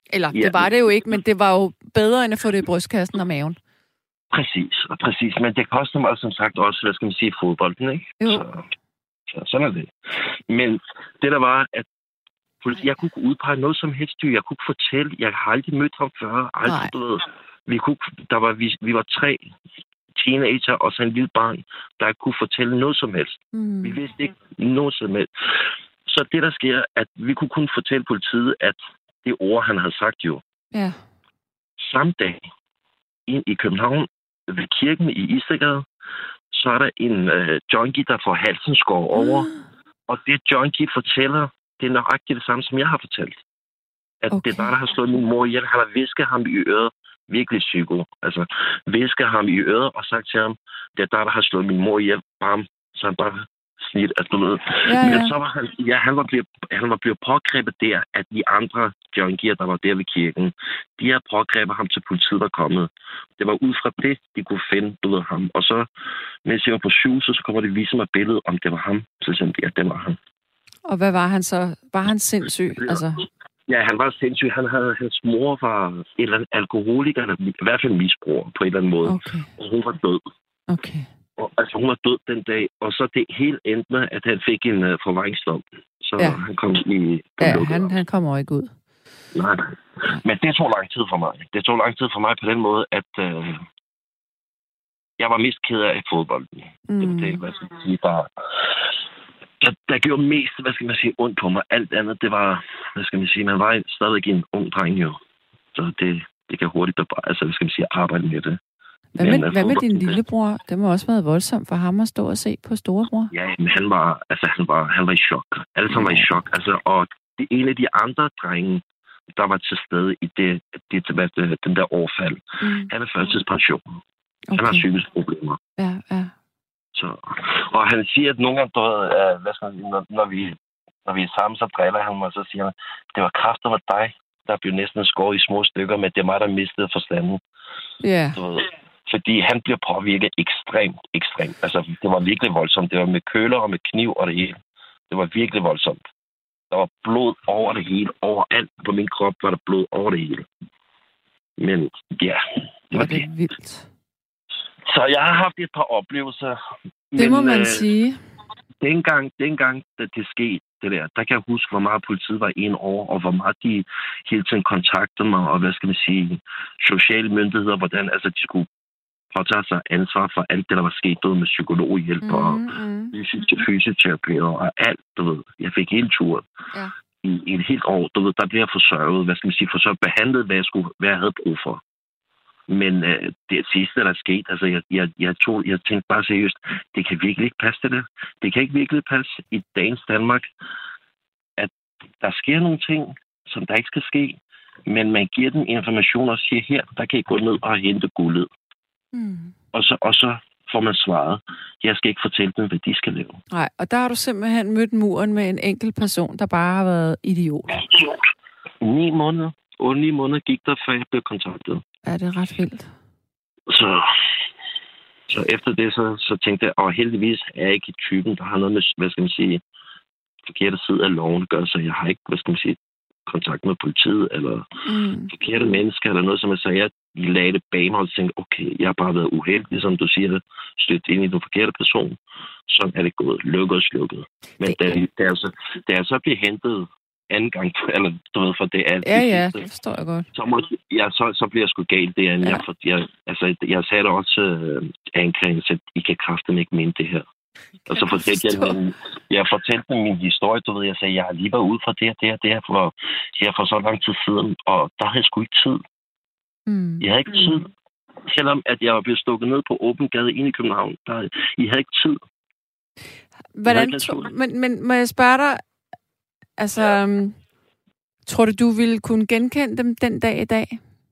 Eller, ja. Det var det jo ikke, men det var jo bedre, end at få det i brystkassen og maven. Præcis, og præcis. Men det koster mig som sagt også, hvad skal man sige, fodbolden, ikke? Jo. Så, så sådan er det. Men det der var, at jeg kunne udpege noget som helst. Jeg kunne fortælle, jeg har aldrig mødt ham før. Aldrig, du ved. Vi, kunne, der var, vi, vi var tre teenager og så en lille barn, der kunne fortælle noget som helst. Mm. Vi vidste ikke noget som helst. Så det, der sker, at vi kunne kun fortælle politiet, at det ord, han havde sagt jo. Ja. Samme dag, ind i København, ved kirken i Istedgade, så er der en øh, junkie, der får halsen skåret over. Mm. Og det junkie fortæller, det er nøjagtigt det samme, som jeg har fortalt. At okay. Det er der, der har slået min mor ihjel. Han har visket ham i øret. Virkelig psyko. Altså, visket ham i øret og sagt til ham, det er der, der har slået min mor ihjel. Bam. Så han bare snit, at du ved. Ja, ja. Men så var han, ja, han var blevet, han var blevet pågrebet der, at de andre junkier, der var der ved kirken, de har pågrebet ham til politiet var kommet. Det var ud fra det, de kunne finde, du ved, ham. Og så, mens jeg var på sygehuset, så kommer de vise mig billedet, om det var ham. Så sagde de, ja, det var ham. Og hvad var han så? Var han sindssyg? Altså... Ja, han var sindssyg. Han havde, hans mor var en eller anden alkoholiker, eller i hvert fald misbruger på en eller anden måde. Okay. Og hun var død. Okay. Og, altså, hun var død den dag, og så det hele endte med, at han fik en uh, forvaringsdom. Så ja. han kom i... Ja, han, han kommer ikke ud. Nej, nej. Men det tog lang tid for mig. Det tog lang tid for mig på den måde, at uh, jeg var mest ked af fodbolden. Mm. Det var det, hvad skal jeg sige, der... Der, der gjorde mest, hvad skal man sige, ondt på mig. Alt andet, det var, hvad skal man sige, man var stadig en ung dreng jo. Så det, det kan hurtigt, altså, hvad skal man sige, arbejde med det. Hvad med, men, hvad med din lillebror? Det må også være voldsomt for ham at stå og se på storebror. Ja, men han var, altså, han var, han var i chok. Alle sammen var i chok. Altså, og det, en af de andre drenge, der var til stede i det, det, det den der overfald, mm. han er førtidspension. Okay. Han har psykiske problemer. Ja, ja. Så, og han siger, at nogle gange, uh, hvad skal man sige, når, når, vi, når vi er sammen, så driller han mig, og så siger han, det var kraft over dig, der blev næsten skåret i små stykker, men det er mig, der mistede forstanden. Ja. Yeah. Fordi han bliver påvirket ekstremt, ekstremt. Altså, det var virkelig voldsomt. Det var med køler og med kniv og det hele. Det var virkelig voldsomt. Der var blod over det hele. Overalt på min krop var der blod over det hele. Men ja, det var, var det. det vildt. Så jeg har haft et par oplevelser. Det men, må man øh, sige. Dengang, dengang da det skete, det der, der kan jeg huske, hvor meget politiet var en over, og hvor meget de hele tiden kontaktede mig, og hvad skal man sige, sociale myndigheder, hvordan altså, de skulle påtage sig ansvar for alt det, der var sket, både med psykologhjælp mm, og mm. fysioterapeuter og alt, du ved. Jeg fik hele turen. Ja. I, I et helt år, du ved, der blev jeg forsørget, hvad skal man sige, forsørget behandlet, hvad jeg, skulle, hvad jeg havde brug for. Men øh, det sidste, der er sket, altså jeg, jeg, jeg, tog, jeg tænkte bare seriøst, det kan virkelig ikke passe til det. Det kan ikke virkelig passe i dagens Danmark, at der sker nogle ting, som der ikke skal ske, men man giver dem information og siger, her, der kan I gå ned og hente guldet. Mm. Og, så, og så får man svaret, jeg skal ikke fortælle dem, hvad de skal lave. Nej, og der har du simpelthen mødt muren med en enkelt person, der bare har været idiot. Idiot. Ni måneder. otte ni måneder gik der, før jeg blev kontaktet. Ja, det er ret vildt. Så, så efter det, så, så tænkte jeg, og heldigvis er jeg ikke typen, der har noget med, hvad skal man sige, forkerte side af loven gør, så jeg har ikke, hvad skal man sige, kontakt med politiet, eller mm. forkerte mennesker, eller noget, som jeg sagde, jeg lagde det bag mig, og tænkte, okay, jeg har bare været uheldig, som du siger, stødt ind i den forkerte person, så er det gået lukket og slukket. Men det, det, det, er altså, det er altså blevet hentet anden gang, eller du ved, for det er... Ja, ja, det forstår jeg godt. Så, må, ja, så, så bliver jeg sgu galt det, ja. jeg, for, jeg, altså, jeg sagde det også øh, anklagen, at I kan kraften ikke mene det her. Og så fortalte jeg, min, jeg fortalte min historie, du ved, jeg sagde, jeg har lige været ude fra det her, det her, det her, for, her for så lang tid siden, og der havde jeg sgu ikke tid. Mm. Jeg havde ikke tid. Selvom at jeg var blevet stukket ned på åben gade inde i København, der, I havde ikke tid. Hvordan, to, men, men må jeg spørge dig, altså, ja. um, tror du, du ville kunne genkende dem den dag i dag?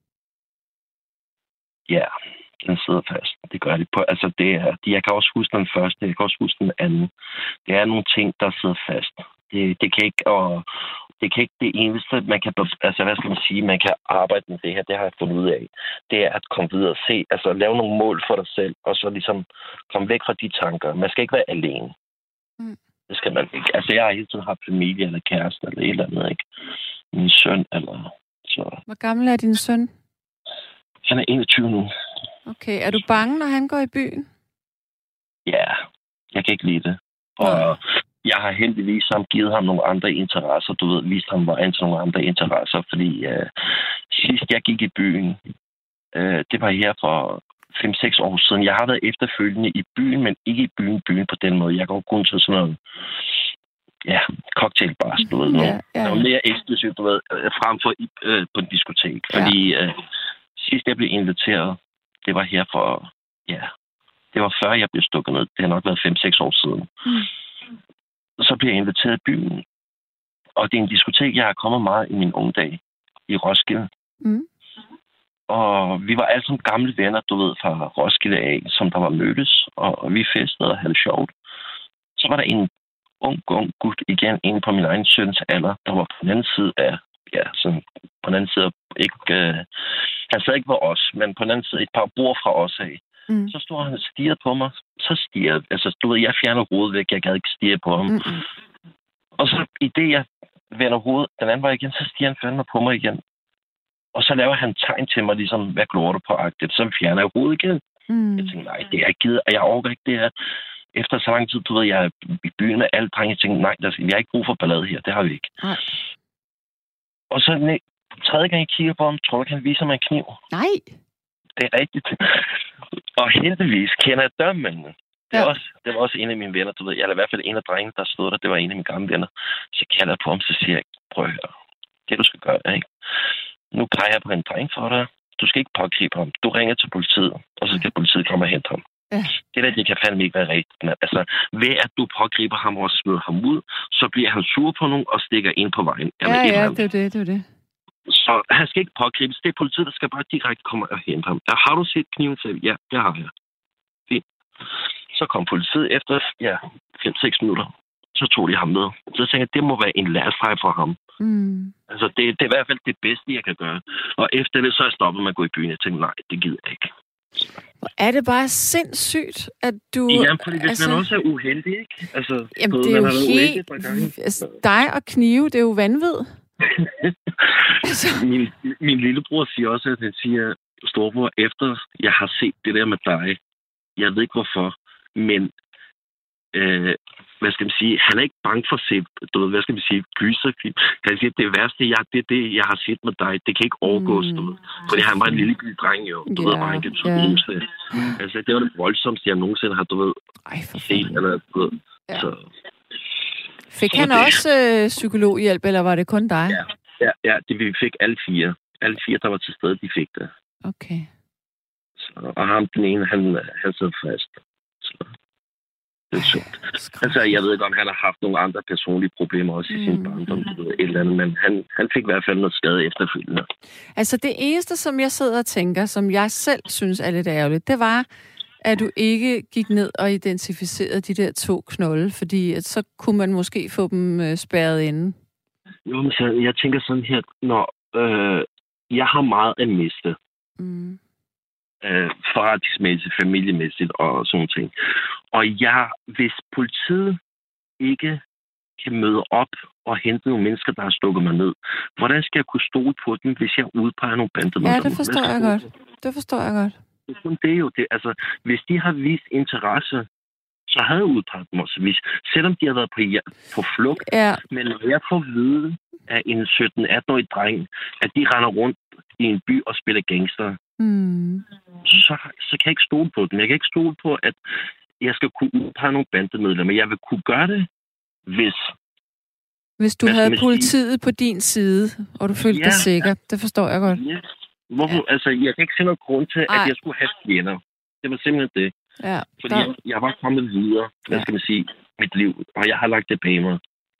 Ja, den sidder fast. Det gør de på. Altså, det er, jeg kan også huske den første, jeg kan også huske den anden. Det er nogle ting, der sidder fast. Det, det kan ikke, og det kan ikke det eneste, man kan, altså, hvad skal man sige, man kan arbejde med det her, det har jeg fundet ud af. Det er at komme videre og se, altså lave nogle mål for dig selv, og så ligesom komme væk fra de tanker. Man skal ikke være alene. Mm. Det skal man ikke. Altså, jeg har hele tiden haft familie eller kæreste eller et eller andet, ikke? Min søn eller... Så. Hvor gammel er din søn? Han er enogtyve nu. Okay, er du bange, når han går i byen? Ja, jeg kan ikke lide det. Og ja. Jeg har heldigvis ham givet ham nogle andre interesser. Du ved, vist ham vejen til nogle andre interesser. Fordi øh, sidst jeg gik i byen, øh, det var her for fem seks år siden. Jeg har været efterfølgende i byen, men ikke i byen, byen på den måde. Jeg går kun til sådan noget, ja, cocktailbars, du ved. Yeah, yeah. Det var mere eksklusivt, du ved, frem for øh, på en diskotek. Fordi øh, sidst jeg blev inviteret, det var her for, ja, det var før jeg blev stukket ned. Det har nok været fem seks år siden. Mm. Så blev jeg inviteret i byen. Og det er en diskotek, jeg har kommet meget i min unge dag. I Roskilde. Mm. Og vi var alle sammen gamle venner, du ved, fra Roskilde af, som der var mødtes. Og, og vi festede og havde det sjovt. Så var der en ung, ung gut igen, en på min egen søns alder, der var på den anden side af, ja, sådan på den anden side, ikke, øh, han sad ikke på os, men på den anden side et par bord fra os af. Mm. Så stod han og stirrede på mig. Så stirrede, altså du ved, jeg fjerner hovedet væk, jeg gad ikke stirre på ham. Mm-mm. Og så i det, jeg vender hovedet den anden vej igen, så stirrer han fandme på mig igen. Og så laver han tegn til mig, ligesom, hvad glor du på-agtigt. Så fjerner jeg hovedet igen. Mm. Jeg tænkte, nej, det er jeg gider, og jeg overgår ikke det her. Efter så lang tid, du ved, jeg er i byen med alle drenge, jeg tænkte, nej, der, vi har ikke brug for ballade her, det har vi ikke. Mm. Og så nej, tredje gang, jeg kigger på ham, tror jeg, han viser mig en kniv. Nej. Det er rigtigt. Og heldigvis kender jeg dørmændene. Det, ja. også, det var også en af mine venner, du ved. Jeg er i hvert fald en af drengene, der stod der. Det var en af mine gamle venner. Så kalder jeg på ham, så siger jeg, prøv at høre. Det, du skal gøre, ikke? Nu peger jeg på en dreng for dig. Du skal ikke pågribe ham. Du ringer til politiet, og så skal politiet komme og hente ham. Ja. Det der, det kan fandme ikke være rigtigt. Men, altså, ved at du pågriber ham og smider ham ud, så bliver han sur på nogen og stikker ind på vejen. Ja, ja, det er det, det er det. Så han skal ikke pågribes. Det er politiet, der skal bare direkte komme og hente ham. Har du set kniven til? Ja, det har jeg. Fint. Så kom politiet efter, ja, fem seks minutter. Så tog de ham med. Så tænkte jeg, det må være en lærerfejl for ham. Mm. Altså, det, det er i hvert fald det bedste, jeg kan gøre. Og efter det, så er jeg stoppet med at gå i byen. Jeg tænkte, nej, det gider jeg ikke. Hvor er det bare sindssygt, at du... Ja, fordi hvis altså, man også er uheldig, ikke? Altså, jamen, det er jo helt... Altså, dig og knive, det er jo vanvid. min, min lillebror siger også, at han siger, storbror, efter jeg har set det der med dig, jeg ved ikke hvorfor, men øh, hvad skal man sige, han er ikke bange for at se, du ved, hvad skal man sige, gyserfilm. Han siger, det værste, jeg, det er det, jeg har set med dig, det kan ikke overgås, mm. du ved. Fordi han var en lille by dreng, jo. Du yeah, ved, bare ikke så yeah. mm. Altså, det var det voldsomste, jeg nogensinde har, du ved, Ej, for set. Eller, du ved, ja. Så... Fik så han det. også øh, psykologhjælp, eller var det kun dig? Ja, ja, ja det, vi fik alle fire. Alle fire, der var til stede, de fik det. Okay. Så, og ham, den ene, han, han sad fast. Så det er sjovt. Altså, jeg ved ikke, om han har haft nogle andre personlige problemer også i mm. sin barndom, et eller andet, men han, han fik i hvert fald noget skade efterfølgende. Altså, det eneste, som jeg sidder og tænker, som jeg selv synes er lidt ærgerligt, det var, at du ikke gik ned og identificerede de der to knolde, fordi at så kunne man måske få dem øh, spærret inde. Jo, men så, jeg tænker sådan her, når øh, jeg har meget at miste. Mm. Øh, forretningsmæssigt, familiemæssigt og sådan ting. Og jeg, hvis politiet ikke kan møde op og hente nogle mennesker, der har stukket mig ned, hvordan skal jeg kunne stole på dem, hvis jeg udpeger nogle bandemedlemmer? Ja, det forstår jeg godt. Det forstår jeg godt. Det er jo det. Altså, hvis de har vist interesse, så havde jeg udpeget dem også. Hvis, selvom de har været på, på flugt. Ja. Men når jeg får vide af en sytten atten-årig dreng, at de render rundt i en by og spiller gangster, mm. så, så kan jeg ikke stole på dem. Jeg kan ikke stole på, at jeg skal kunne udpege nogle bandemedlemmer. Jeg vil kunne gøre det, hvis... Hvis du havde politiet sige? på din side, og du følte ja. dig sikker. Det forstår jeg godt. Ja. Hvorfor, ja. Altså, jeg kan ikke se nogen grund til, Ej. at jeg skulle have fjender. Det var simpelthen det. Ja, Fordi der... jeg, jeg var kommet videre, hvad ja. skal man sige, mit liv, og jeg har lagt det bag mig.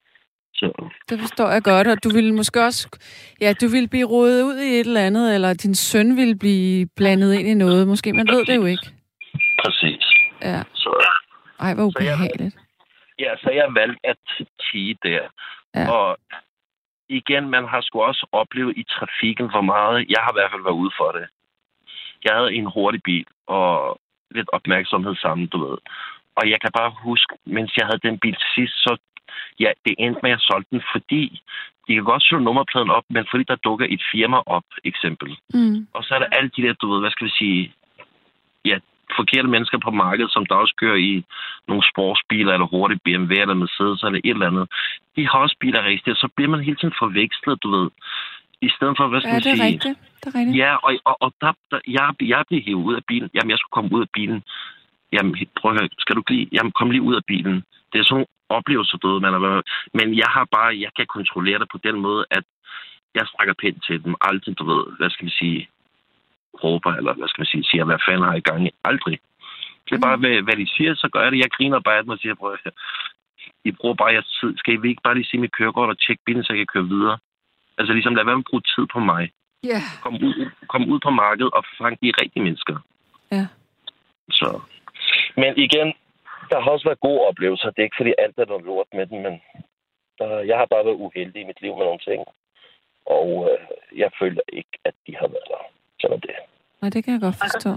Så. Det forstår jeg godt, og du ville måske også, ja, du ville blive rodet ud i et eller andet, eller din søn ville blive blandet ind i noget. Måske, man ved det jo ikke. Præcis. Ja. Så, Ej, hvor ubehageligt. Så jeg, ja, så jeg valgte at tige der. Ja. Og igen, man har sgu også oplevet i trafikken, hvor meget, jeg har i hvert fald været ude for det. Jeg havde en hurtig bil, og lidt opmærksomhed sammen, du ved. Og jeg kan bare huske, mens jeg havde den bil til sidst, så ja, det endte med, at jeg solgte den, fordi de kan godt slå nummerpladen op, men fordi der dukker et firma op, eksempel. Mm. Og så er der alle de der, du ved, hvad skal vi sige, ja, forkerte mennesker på markedet, som der også kører i nogle sportsbiler, eller hurtige B M W, eller Mercedes, eller et eller andet. De har også biler registreret, så bliver man hele tiden forvekslet, du ved. I stedet for, hvad skal ja, man sige? Ja, det er rigtigt. Det er rigtigt. Ja, og, og, og der, der, jeg, jeg blev hævet ud af bilen. Jamen, jeg skulle komme ud af bilen. Jamen, prøv at høre, skal du lige, jamen, kom lige ud af bilen. Det er sådan nogle oplevelser, du ved, man er, men jeg har bare, jeg kan kontrollere det på den måde, at jeg snakker pænt til dem. Aldrig, du ved, hvad skal vi sige, råber, eller hvad skal man sige, siger, hvad fanden har I gang i? Aldrig. Det er bare, hvad, hvad de siger, så gør jeg det. Jeg griner bare af dem og siger, prøv at høre, I bruger bare jeres tid. Skal I ikke bare lige se mit kørekort og tjekke bilen, så jeg kan køre videre? Altså ligesom, lad være med at bruge tid på mig. Ja. Yeah. Kom ud, kom ud på markedet og fang de rigtige mennesker. Ja. Yeah. Så. Men igen, der har også været gode oplevelser. Det er ikke fordi alt er noget lort med den, men der, jeg har bare været uheldig i mit liv med nogle ting. Og øh, jeg føler ikke, at de har været der. Sådan det. Nej, det kan jeg godt forstå.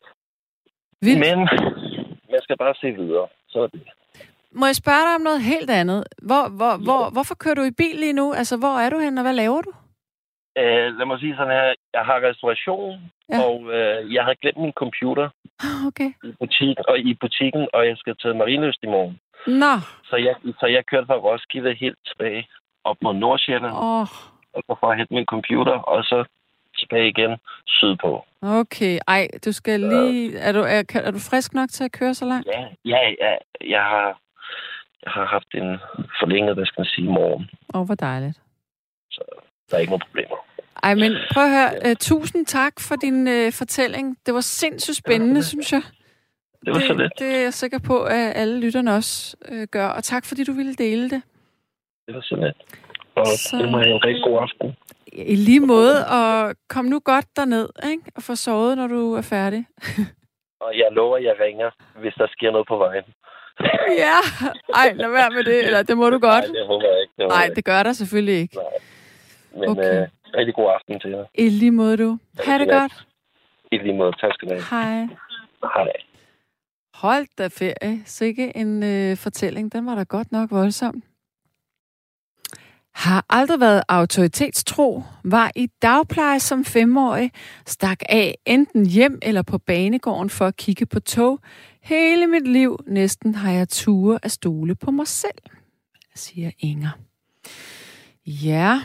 Vildt. Men man skal bare se videre. Så er det. Må jeg spørge dig om noget helt andet? Hvor, hvor, ja. hvor, hvorfor kører du i bil lige nu? Altså, hvor er du henne, og hvad laver du? Øh, lad mig sige sådan her. Jeg har restauration, ja. og øh, jeg har glemt min computer okay. i, butik, og i butikken, og jeg skal til Marienlyst i morgen. Nå. Så jeg, så jeg kørte fra Roskilde helt tilbage op mod Nordsjælland, oh. og så for at hente min computer, og så tilbage igen sydpå. Okay. Ej, du skal lige... Er du, er, er du frisk nok til at køre så langt? Ja, ja, ja. Jeg har, jeg har haft en forlænget, hvad skal man sige, morgen. Åh, oh, hvor dejligt. Så der er ikke nogen problemer. Ej, men prøv at høre. Uh, tusind tak for din uh, fortælling. Det var sindssygt spændende, ja, synes jeg. Det var det, så lidt. Det er jeg sikker på, at alle lytterne også uh, gør. Og tak, fordi du ville dele det. Det var så lidt. Og så... det må have en rigtig god aften. I lige måde, og kom nu godt derned, ikke? Og få sovet, når du er færdig. Og jeg lover, at jeg ringer, hvis der sker noget på vejen. Ja, ej, lad være med det. Eller det må du godt. Nej, det håber jeg ikke. Det Nej, det gør der selvfølgelig ikke. Nej. Men okay. øh, rigtig god aften til jer. I lige måde, du. Ha' det godt. I lige måde. Tak skal du have. Hej. Hej. Hold da ferie. Sikke en øh, fortælling. Den var da godt nok voldsom. Har aldrig været autoritetstro, var i dagpleje som femårig, stak af enten hjem eller på banegården for at kigge på tog. Hele mit liv næsten har jeg ture at stole på mig selv, siger Inger. Ja,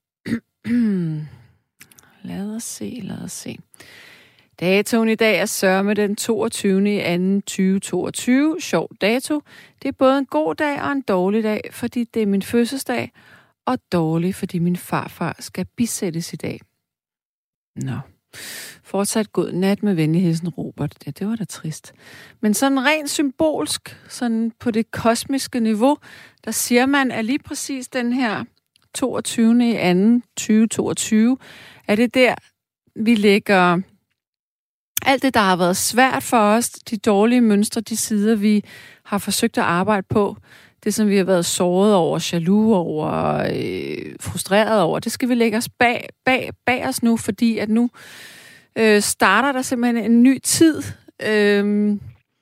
lad os se, lad os se. Datoen i dag er sørme den toogtyvende i anden tyve toogtyve. Sjov dato. Det er både en god dag og en dårlig dag, fordi det er min fødselsdag, og dårlig, fordi min farfar skal bisættes i dag. Nå. Fortsat god nat med venligheden, Robert. Ja, det var da trist. Men sådan rent symbolsk, sådan på det kosmiske niveau, der siger man, at lige præcis den her toogtyvende i anden tyve toogtyve, er det der, vi lægger alt det, der har været svært for os, de dårlige mønstre, de sider, vi har forsøgt at arbejde på, det, som vi har været såret over, jaloux over, øh, frustreret over, det skal vi lægge os bag, bag, bag os nu, fordi at nu øh, starter der simpelthen en ny tid. Øh,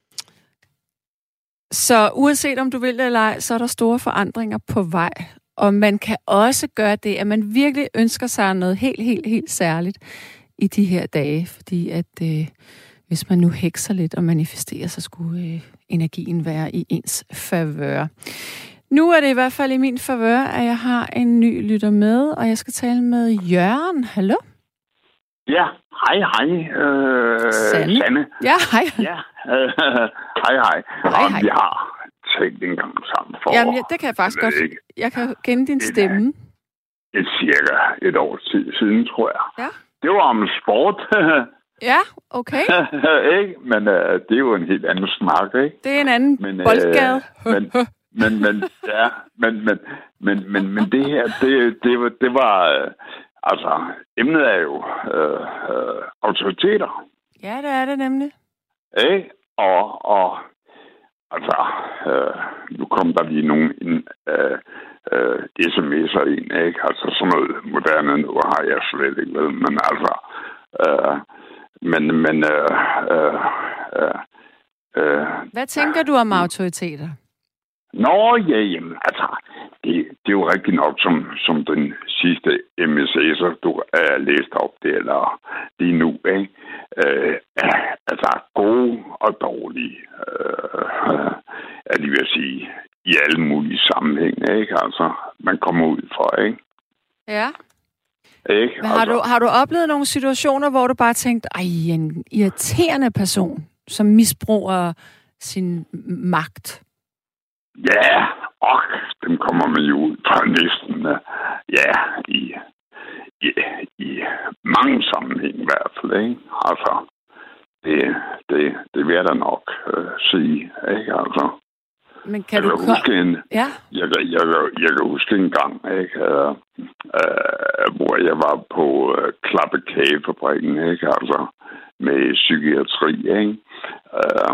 så uanset om du vil det eller ej, så er der store forandringer på vej. Og man kan også gøre det, at man virkelig ønsker sig noget helt, helt, helt særligt i de her dage, fordi at øh, hvis man nu hekser lidt og manifesterer, så skulle øh, energien være i ens favør. Nu er det i hvert fald i min favør, at jeg har en ny lytter med, og jeg skal tale med Jørgen. Hallo? Ja, hej, hej. Øh, Sanne. Sanne. Ja, hej. Ja, øh, hej, hej. Hej, og hej. Vi har talt en gang sammen for... Jamen, ja, det kan jeg faktisk godt. Ikke. Jeg kan kende din stemme. Et cirka et år siden, tror jeg. Ja. Det var om sport. Ja, okay. ikke? Men øh, det er jo en helt anden snak, ikke? Det er en anden men, boldgade. Øh, men, men, men, ja, men, men, men, men, men det her, det, det, var, det var... Øh, altså, emnet er jo øh, øh, autoriteter. Ja, det er det nemlig. Ikke? Og, og altså, øh, nu kom der lige nogle øh, øh, sms'er ind, ikke? Altså, sådan noget moderne nu har jeg slet ikke ved, men altså... Øh, men, men... Øh, øh, øh, Hvad tænker du om autoriteter? Nå, ja, jamen, altså, det, det er jo rigtigt nok, som, som den sidste M S S'er, du er læst op det, eller lige nu, ikke? Øh, altså, gode og dårlige, øh, er det vil sige, i alle mulige sammenhænge, ikke? Altså, man kommer ud for, ikke? Ja. Ikke? Men har, altså, du, har du oplevet nogle situationer, hvor du bare tænkte, ej, en irriterende person, som misbruger sin magt? Ja, og dem kommer man jo ud fra næsten, ja, i, i, i mange sammenhæng i hvert fald, ikke? Altså, det, det, det vil jeg da nok øh, sige, ikke? Altså, men kan jeg du kan huske en, ja? jeg, jeg, jeg, jeg kan huske en gang, ikke? Øh, øh, hvor jeg var på øh, Klappekagefabrikken, ikke? Altså, med psykiatri, ikke? Øh,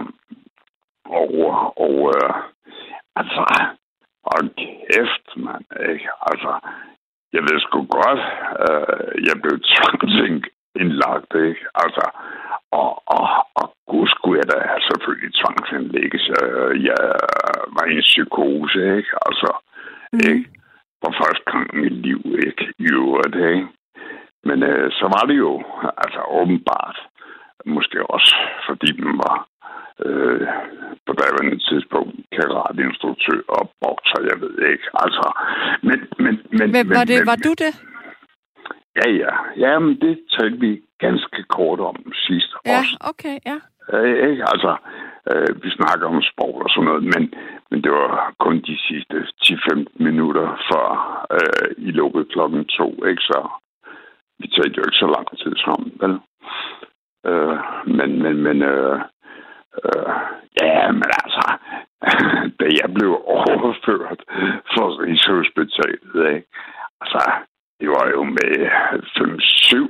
og, og øh, altså, hold kæft, mand, ikke? Altså, jeg ved sgu godt, øh, jeg blev tvangsindlagt, ikke? Altså, og, og, og gud skulle jeg da selvfølgelig tvangsindlægges. Jeg, jeg var i en psykose, ikke? Altså, mm. ikke? For første gang i mit liv, ikke? I øvrigt, ikke? Men øh, så var det jo, altså åbenbart, måske også, fordi man var Øh, på daværende tidspunkt karateinstruktør og bokser, jeg ved ikke. Altså, men... men, men, men var, det, men, var du det? Ja, ja. Ja, men det talte vi ganske kort om sidst ja, også. Ja, okay, ja. Øh, ikke? Altså, øh, vi snakker om sport og sådan noget, men, men det var kun de sidste ti til femten minutter før øh, I lukkede klokken to, ikke? Så vi talte jo ikke så lang tid sammen, vel? Øh, men, men, men... Øh, Uh, ja, men altså, da jeg blev overført fra Rigshospitalet, ikke? Altså, det var jo med fem syv,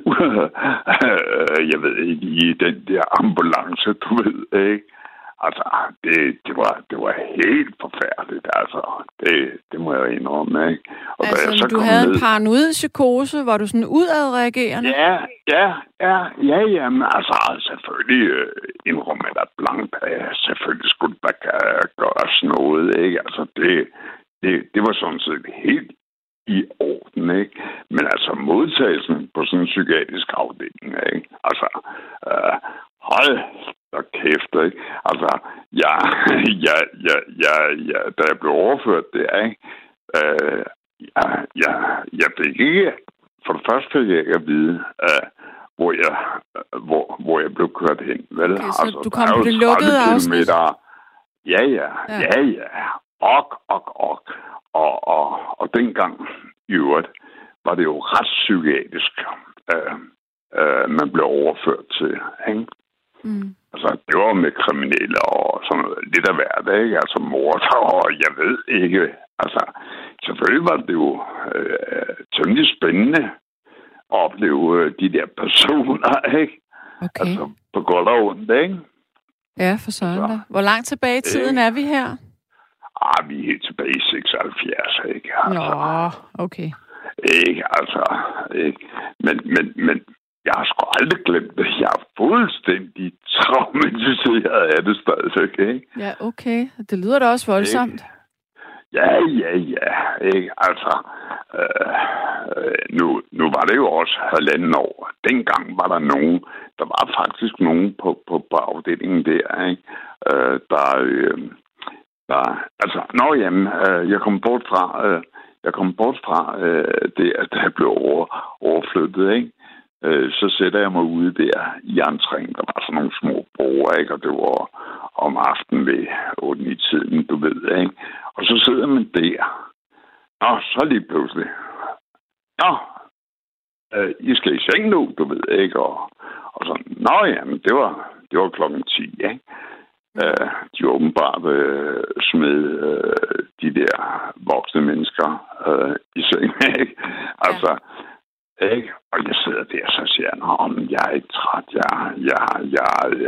jeg ved ikke, i den der ambulance, du ved, ikke? Altså, det, det, var, det var helt forfærdeligt, altså. Det, det må jeg indrømme, ikke? Og altså, da jeg så du havde ned... en paranoid psykose, var du sådan udadreagerende? Ja, ja, ja, ja, ja, men altså, selvfølgelig øh, indrømme jeg blankt, at selvfølgelig skulle der gøres noget, ikke? Altså, det, det, det var sådan set helt i orden, ikke? Men altså, modtagelsen på sådan en psykiatrisk afdeling, ikke? Altså, øh, hold da kæft, ikke? Altså, jeg, jeg, jeg, jeg, jeg, da jeg blev overført der, ikke? Øh, jeg, jeg, jeg fik ikke, for det første fik jeg ikke at vide, øh, hvor, jeg, hvor, hvor jeg blev kørt hen, vel? Okay, så altså, du kom på det lukkede afsnit? Ja, ja, ja, ja, ja. Og, og, og, og, og, og dengang i øvrigt, var det jo ret psykiatrisk, øh, øh, man blev overført til, ikke? Mm. Altså, det var med kriminelle og sådan noget, lidt af hvert, ikke? Altså, morder og jeg ved ikke. Altså, selvfølgelig var det jo øh, temmelig spændende at opleve øh, de der personer, ikke? Okay. Altså, på godt og ondt, ikke? Ja, for sådan da. Hvor langt tilbage i tiden er vi her? Ah, vi er helt tilbage i seksoghalvfjerds, ikke? Altså, nå, okay. Ikke, altså, ikke? Men, men, men jeg har sgu aldrig glemt det. Jeg er fuldstændig traumatiseret af det stadigvæk, ikke? Ja, okay. Det lyder da også voldsomt. Ikke? Ja, ja, ja. Ikke? Altså, øh, nu, nu var det jo også halvanden år. Dengang var der nogen, der var faktisk nogen på, på, på afdelingen der, ikke? Øh, der, øh, der, altså, nå jamen, øh, jeg kom bort fra, øh, jeg kom bort fra øh, det, at jeg blev over, overflyttet, ikke? Så sætter jeg mig ude der i entréen. Der var sådan nogle små broer, ikke? Og det var om aftenen ved otte ni tiden, du ved, ikke? Og så sidder man der. Nå, så lige pludselig. Nå, øh, I skal i seng nu, du ved, ikke? Og, og sådan, nå jamen, det var, det var klokken ti, ikke? Øh, de åbenbart øh, smed øh, de der voksne mennesker øh, i seng, ikke? Altså, ikke? Og jeg sidder der, så siger jeg, om jeg er ikke træt, jeg, jeg, jeg, jeg,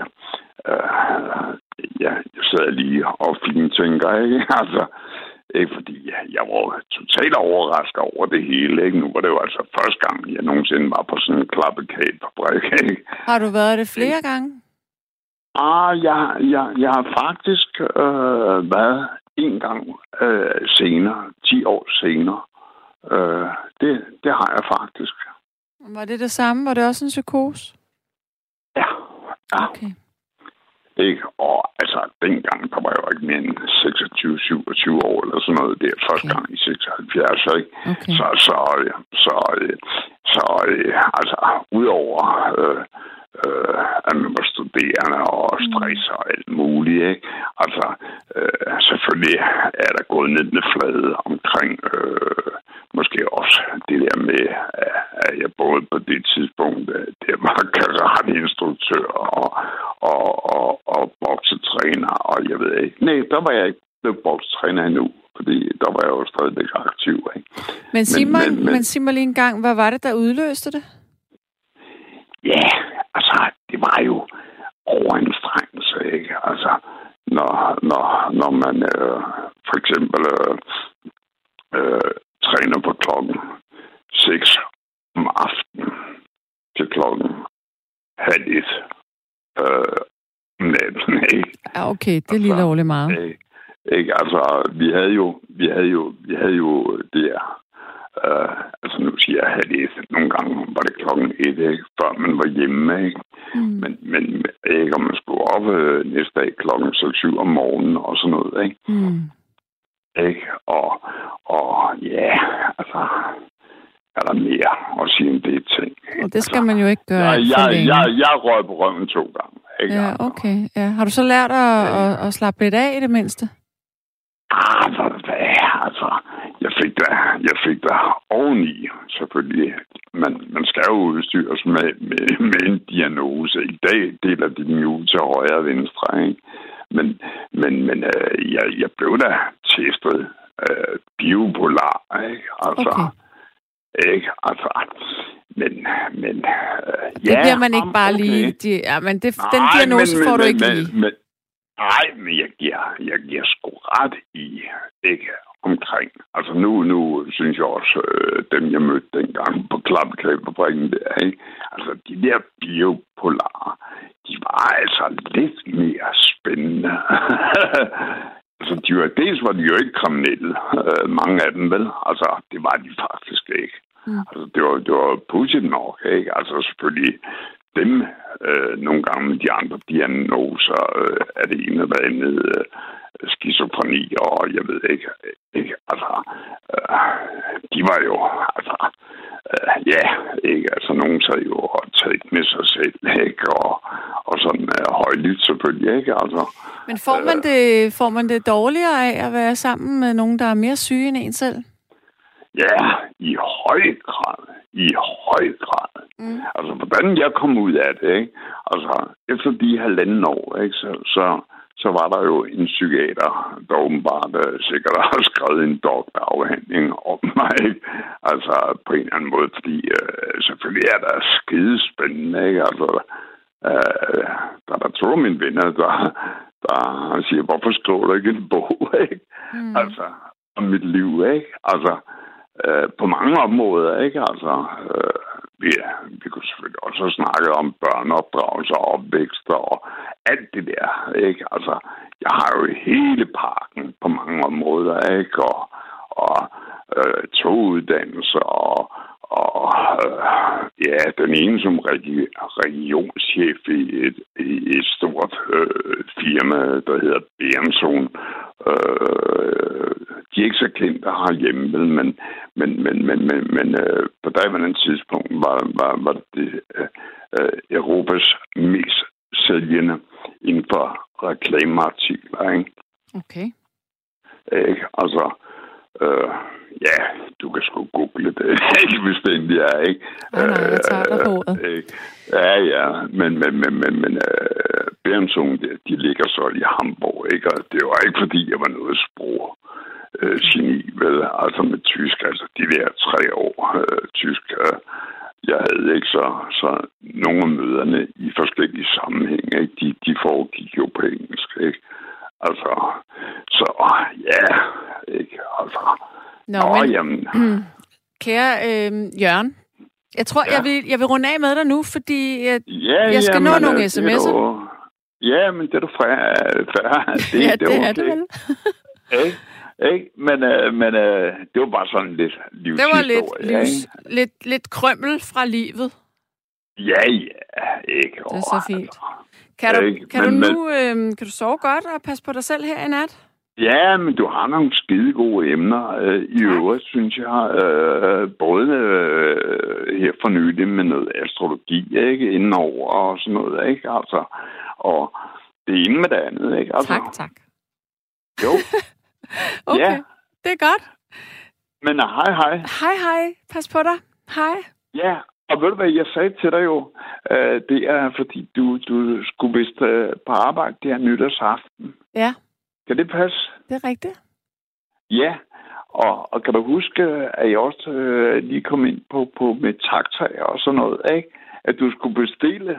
øh, jeg, jeg sidder lige og fintænker, ikke? Altså, ikke? Fordi jeg, jeg var totalt overrasket over det hele, ikke? Nu var det jo altså første gang, jeg nogensinde var på sådan en klappekagefabrik, ikke? Har du været det flere gange? Ah, jeg, jeg, jeg har faktisk øh, været en gang øh, senere, ti år senere. Øh, det, det har jeg faktisk. Var det det samme? Var det også en psykose? Ja. Ja. Okay. Ikke? Og altså, dengang, der var jeg jo ikke mere end seksogtyve syvogtyve år, eller sådan noget. Det er første gang i seksoghalvfjerds, ikke? Okay. Så, så, så, så, altså, udover, øh, øh, at man var studerende og stress og alt muligt, ikke? Altså, øh, selvfølgelig er der gået ned med flade omkring, øh, måske også det der med, at jeg både på det tidspunkt, det var karateinstruktør og, og, og, og boksetræner, og jeg ved ikke. Nej, der var jeg ikke blevet boksetræner endnu, fordi der var jeg jo stadigvæk aktiv, ikke? Men sig mig, men, men, men sig mig lige en gang, hvad var det, der udløste det? Ja, altså, det var jo overanstrengelse, ikke? Altså, når, når, når man øh, for eksempel øh, øh, træner på klokken seks om aftenen til klokken halv et øh, om natten, ikke? Ja, okay, det er lige altså, lovligt meget. Ikke, ikke? Altså, vi havde jo, vi havde jo, vi havde jo det her, øh, altså nu siger jeg halv et, nogle gange var det klokken et, ikke? Før man var hjemme, ikke? Mm. Men, men ikke, om man skulle op øh, næste dag klokken seks syv om morgenen og sådan noget, ikke? Mm. Ikke? Og, og ja, altså, er der mere at sige om det ting. Og det skal altså, man jo ikke gøre. Jeg, jeg, jeg, jeg røg på røven to gange. Ikke? Ja, okay. Ja. Har du så lært at, ja. at, at slappe lidt af i det mindste? Ah, altså, jeg fik da, jeg fik da oveni, selvfølgelig. Man, man skal jo udstyres med, med, med en diagnose. I dag deler de den jo til højre og venstre, ikke? Men, men, men øh, jeg, jeg blev da testet øh, biopolar, ikke? Altså, okay. Ikke? Altså, men, men øh, det ja, bliver man ikke bare okay. lige... De, ja, men det, nej, den diagnose men, får men, du ikke men, lige. Men, nej, men jeg giver, jeg giver sgu ret i, ikke? Omkring. Altså, nu, nu synes jeg også, øh, dem jeg mødte dengang på Klappekagefabrikken der, ikke? Altså, de der biopolare, de var altså lidt mere spændende. Altså, de var, dels var de jo ikke kriminelle, øh, mange af dem, vel? Altså, det var de faktisk ikke. Mm. Altså, det var, det var pudsigt nok, ikke? Altså, selvfølgelig dem, øh, nogle gange med de andre diagnoser, øh, er det ene eller andet, øh, skizofreni, og jeg ved ikke, ikke altså, øh, de var jo, altså, øh, ja, ikke, altså, nogen sad jo og taget med sig selv, ikke, og, og sådan øh, højlydt selvfølgelig, ikke, altså. Men får man, øh, det, får man det dårligere af at være sammen med nogen, der er mere syge end en selv? Ja, i høj grad, i høj grad. Mm. Altså, hvordan jeg kom ud af det, ikke, altså, efter de halvanden år, ikke, så, så så var der jo en psykiater, der åbenbart uh, sikkert har skrevet en doktorafhandling om mig, ikke? Altså på en eller anden måde, fordi uh, selvfølgelig er der skidespændende, ikke? Altså, uh, der er der to af mine venner, der, der siger, hvorfor skriver du ikke en bog, ikke? Mm. Altså, om mit liv, ikke? Altså, uh, på mange områder, ikke? Altså, uh, vi, vi kunne selvfølgelig også have snakket om børneopdragelse og opvækst og alt det der, ikke? Altså, jeg har jo hele parken på mange områder, ikke? Og, og øh, toguddannelser og, og øh, ja, den ene som regi- regionschef i et, i et stort øh, firma, der hedder Berenson. Øh, de er ikke så kendte herhjemme, men, men, men, men, men, men øh, på daværende tidspunkt var, var, var det øh, Europas mest sælgende inden for reklameartikler, ikke? Okay. Ikke? Altså, øh, ja, du kan sgu google det, ikke? Hvis det egentlig er, ikke? Oh, nej, jeg tager dig på ordet. Ja, ja, men, men, men, men, men øh, Berenson, de ligger så i Hamburg, ikke? Og det var ikke, fordi jeg var noget sprog øh, geni, vel? Altså med tysk, altså de der tre år øh, tysk, øh, jeg havde ikke så, så nogle af møderne i forskellige sammenhænge, ikke? De, de foregik jo på engelsk, ikke? Altså, så ja, ikke? Altså, Nå, Nå men, jamen. Mm, kære øh, Jørgen, jeg tror, ja. jeg, vil, jeg vil runde af med dig nu, fordi jeg, ja, jeg skal jamen, nå nogle sms'er. Du, ja, men det er du fra. Det, ja, det, det er, okay. er det vel. Ikke? Ikke? Men, øh, men øh, det var bare sådan lidt livshistorie. Det var lidt, livs, lidt, lidt krømmel fra livet. Ja, ja. Ikke? Det er så fint. Kan du, ikke, kan men, du nu øh, kan du sove godt og passe på dig selv her i nat? Ja, men du har nogle skide gode emner. Øh, I tak. Øvrigt, synes jeg, øh, både øh, her for nylig med noget astrologi, ikke? Indenover og sådan noget, ikke? Altså, og det ene med det andet, ikke? Altså, tak, tak. Jo. Okay, ja. Det er godt. Men uh, hej, hej. Hej, hej. Pas på dig. Hej. Ja, og ved du hvad, jeg sagde til dig jo, uh, det er fordi, du, du skulle vist uh, på arbejde der nytårsaften. Ja. Kan det passe? Det er rigtigt. Ja, og, og kan du huske, at jeg også uh, lige kom ind på, på med taxa og sådan noget, ikke? At du skulle bestille.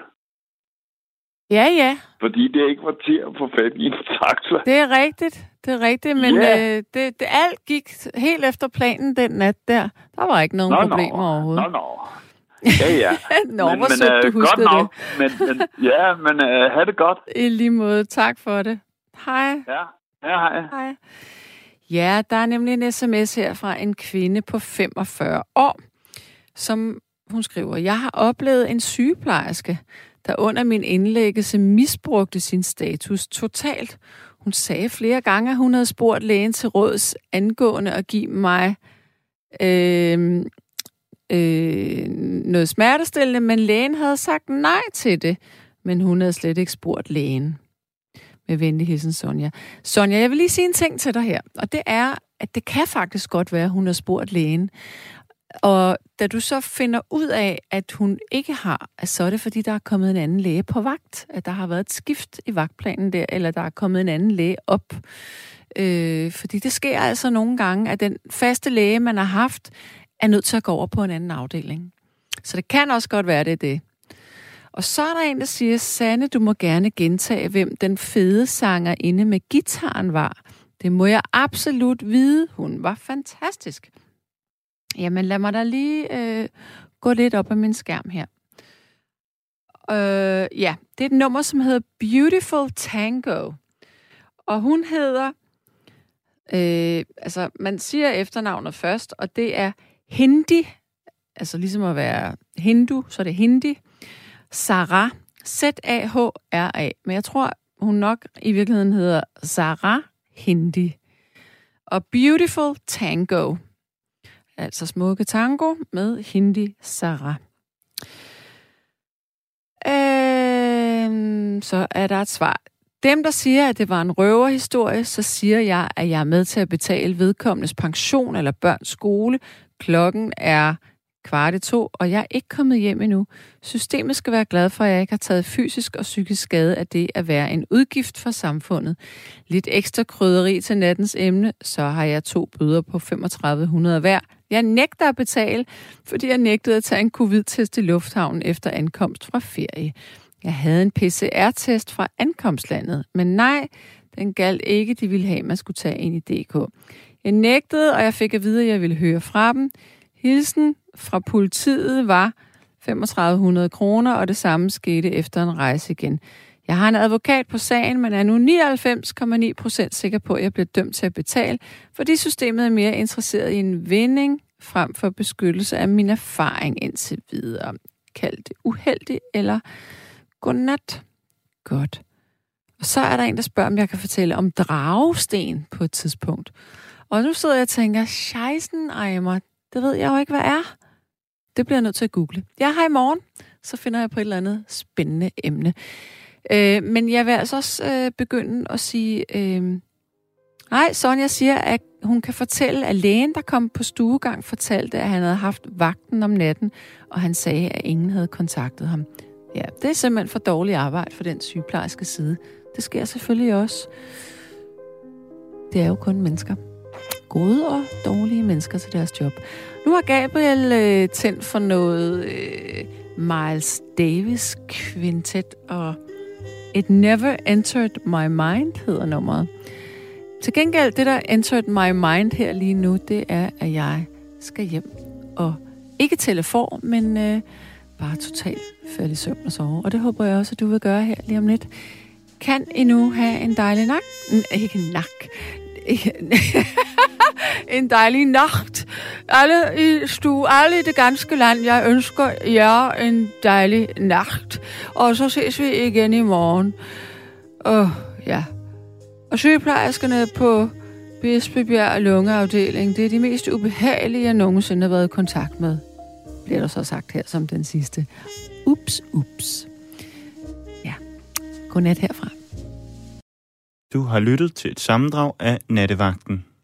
Ja, ja. Fordi det ikke var til at få fat i en taxa. Det er rigtigt. Det er rigtigt, men yeah. øh, det, det alt gik helt efter planen den nat der. Der var ikke nogen nå, problemer nå. overhovedet. Nå, nå. Ja, ja. nå, men, hvor sødt, du huskede det. men, men, ja, men uh, have det godt. I lige måde. Tak for det. Hej. Ja, ja hej. Hej. Ja, der er nemlig en sms her fra en kvinde på femogfyrre år, som hun skriver, jeg har oplevet en sygeplejerske, der under min indlæggelse misbrugte sin status totalt. Hun sagde flere gange, at hun havde spurgt lægen til råds angående at give mig øh, øh, noget smertestillende, men lægen havde sagt nej til det, men hun havde slet ikke spurgt lægen. Med venlig hilsen, Sonja. Sonja, jeg vil lige sige en ting til dig her, og det er, at det kan faktisk godt være, at hun har spurgt lægen. Og da du så finder ud af, at hun ikke har, så er det fordi, der er kommet en anden læge på vagt. At der har været et skift i vagtplanen der, eller der er kommet en anden læge op. Øh, fordi det sker altså nogle gange, at den faste læge, man har haft, er nødt til at gå over på en anden afdeling. Så det kan også godt være, det er det. Og så er der en, der siger, Sanne, du må gerne gentage, hvem den fede sanger inde med gitaren var. Det må jeg absolut vide. Hun var fantastisk. Jamen, lad mig da lige øh, gå lidt op af min skærm her. Øh, ja, det er et nummer, som hedder Beautiful Tango. Og hun hedder, øh, altså man siger efternavnet først, og det er Hindi, altså ligesom at være hindu, så er det Hindi. Sarah, Z A H R A. Men jeg tror, hun nok i virkeligheden hedder Sarah Hindi. Og Beautiful Tango. Altså smukke tango med Hindi Sarah. Øh, så er der et svar. Dem, der siger, at det var en røverhistorie, så siger jeg, at jeg er med til at betale vedkommendes pension eller børns skole. Klokken er kvart i to, og jeg er ikke kommet hjem endnu. Systemet skal være glad for, at jeg ikke har taget fysisk og psykisk skade af det at være en udgift for samfundet. Lidt ekstra krydderi til nattens emne, så har jeg to bøder på femogtredive hundrede hver. Jeg nægter at betale, fordi jeg nægtede at tage en covid-test i lufthavnen efter ankomst fra ferie. Jeg havde en P C R-test fra ankomstlandet, men nej, den galt ikke, de ville have, man skulle tage ind i D K. Jeg nægtede, og jeg fik at vide, at jeg ville høre fra dem. Hilsen fra politiet var femogtredive hundrede kroner, og det samme skete efter en rejse igen. Jeg har en advokat på sagen, men er nu nioghalvfems komma ni procent sikker på, at jeg bliver dømt til at betale, fordi systemet er mere interesseret i en vinding frem for beskyttelse af min erfaring indtil videre. Kald det uheldigt eller godnat. Godt. Og så er der en, der spørger, om jeg kan fortælle om dragesten på et tidspunkt. Og nu sidder jeg og tænker, Scheißeneimer, det ved jeg jo ikke, hvad er. Det bliver jeg nødt til at google. Jeg har i morgen, så finder jeg på et eller andet spændende emne. Øh, men jeg vil altså også øh, begynde at sige... Øh, nej, Sonja siger, at hun kan fortælle, at lægen, der kom på stuegang, fortalte, at han havde haft vagten om natten, og han sagde, at ingen havde kontaktet ham. Ja, det er simpelthen for dårligt arbejde for den sygeplejerske side. Det sker selvfølgelig også. Det er jo kun mennesker. Gode og dårlige mennesker til deres job. Nu har Gabriel øh, tændt for noget øh, Miles Davis kvintet, og It Never Entered My Mind hedder nummeret. Til gengæld, det der entered my mind her lige nu, det er, at jeg skal hjem og ikke tælle for, men øh, bare totalt falde i søvn og sove. Og det håber jeg også, at du vil gøre her lige om lidt. Kan I nu have en dejlig nak? N- ikke nak. en dejlig nacht. Alle i stue, alle i det ganske land, jeg ønsker jer en dejlig nacht. Og så ses vi igen i morgen. Og ja. Og sygeplejerskerne på Bispebjerg lungeafdeling, det er de mest ubehagelige, jeg nogensinde har været i kontakt med. Bliver der så sagt her som den sidste. Ups, ups. Ja. Godnat herfra. Du har lyttet til et sammendrag af Nattevagten.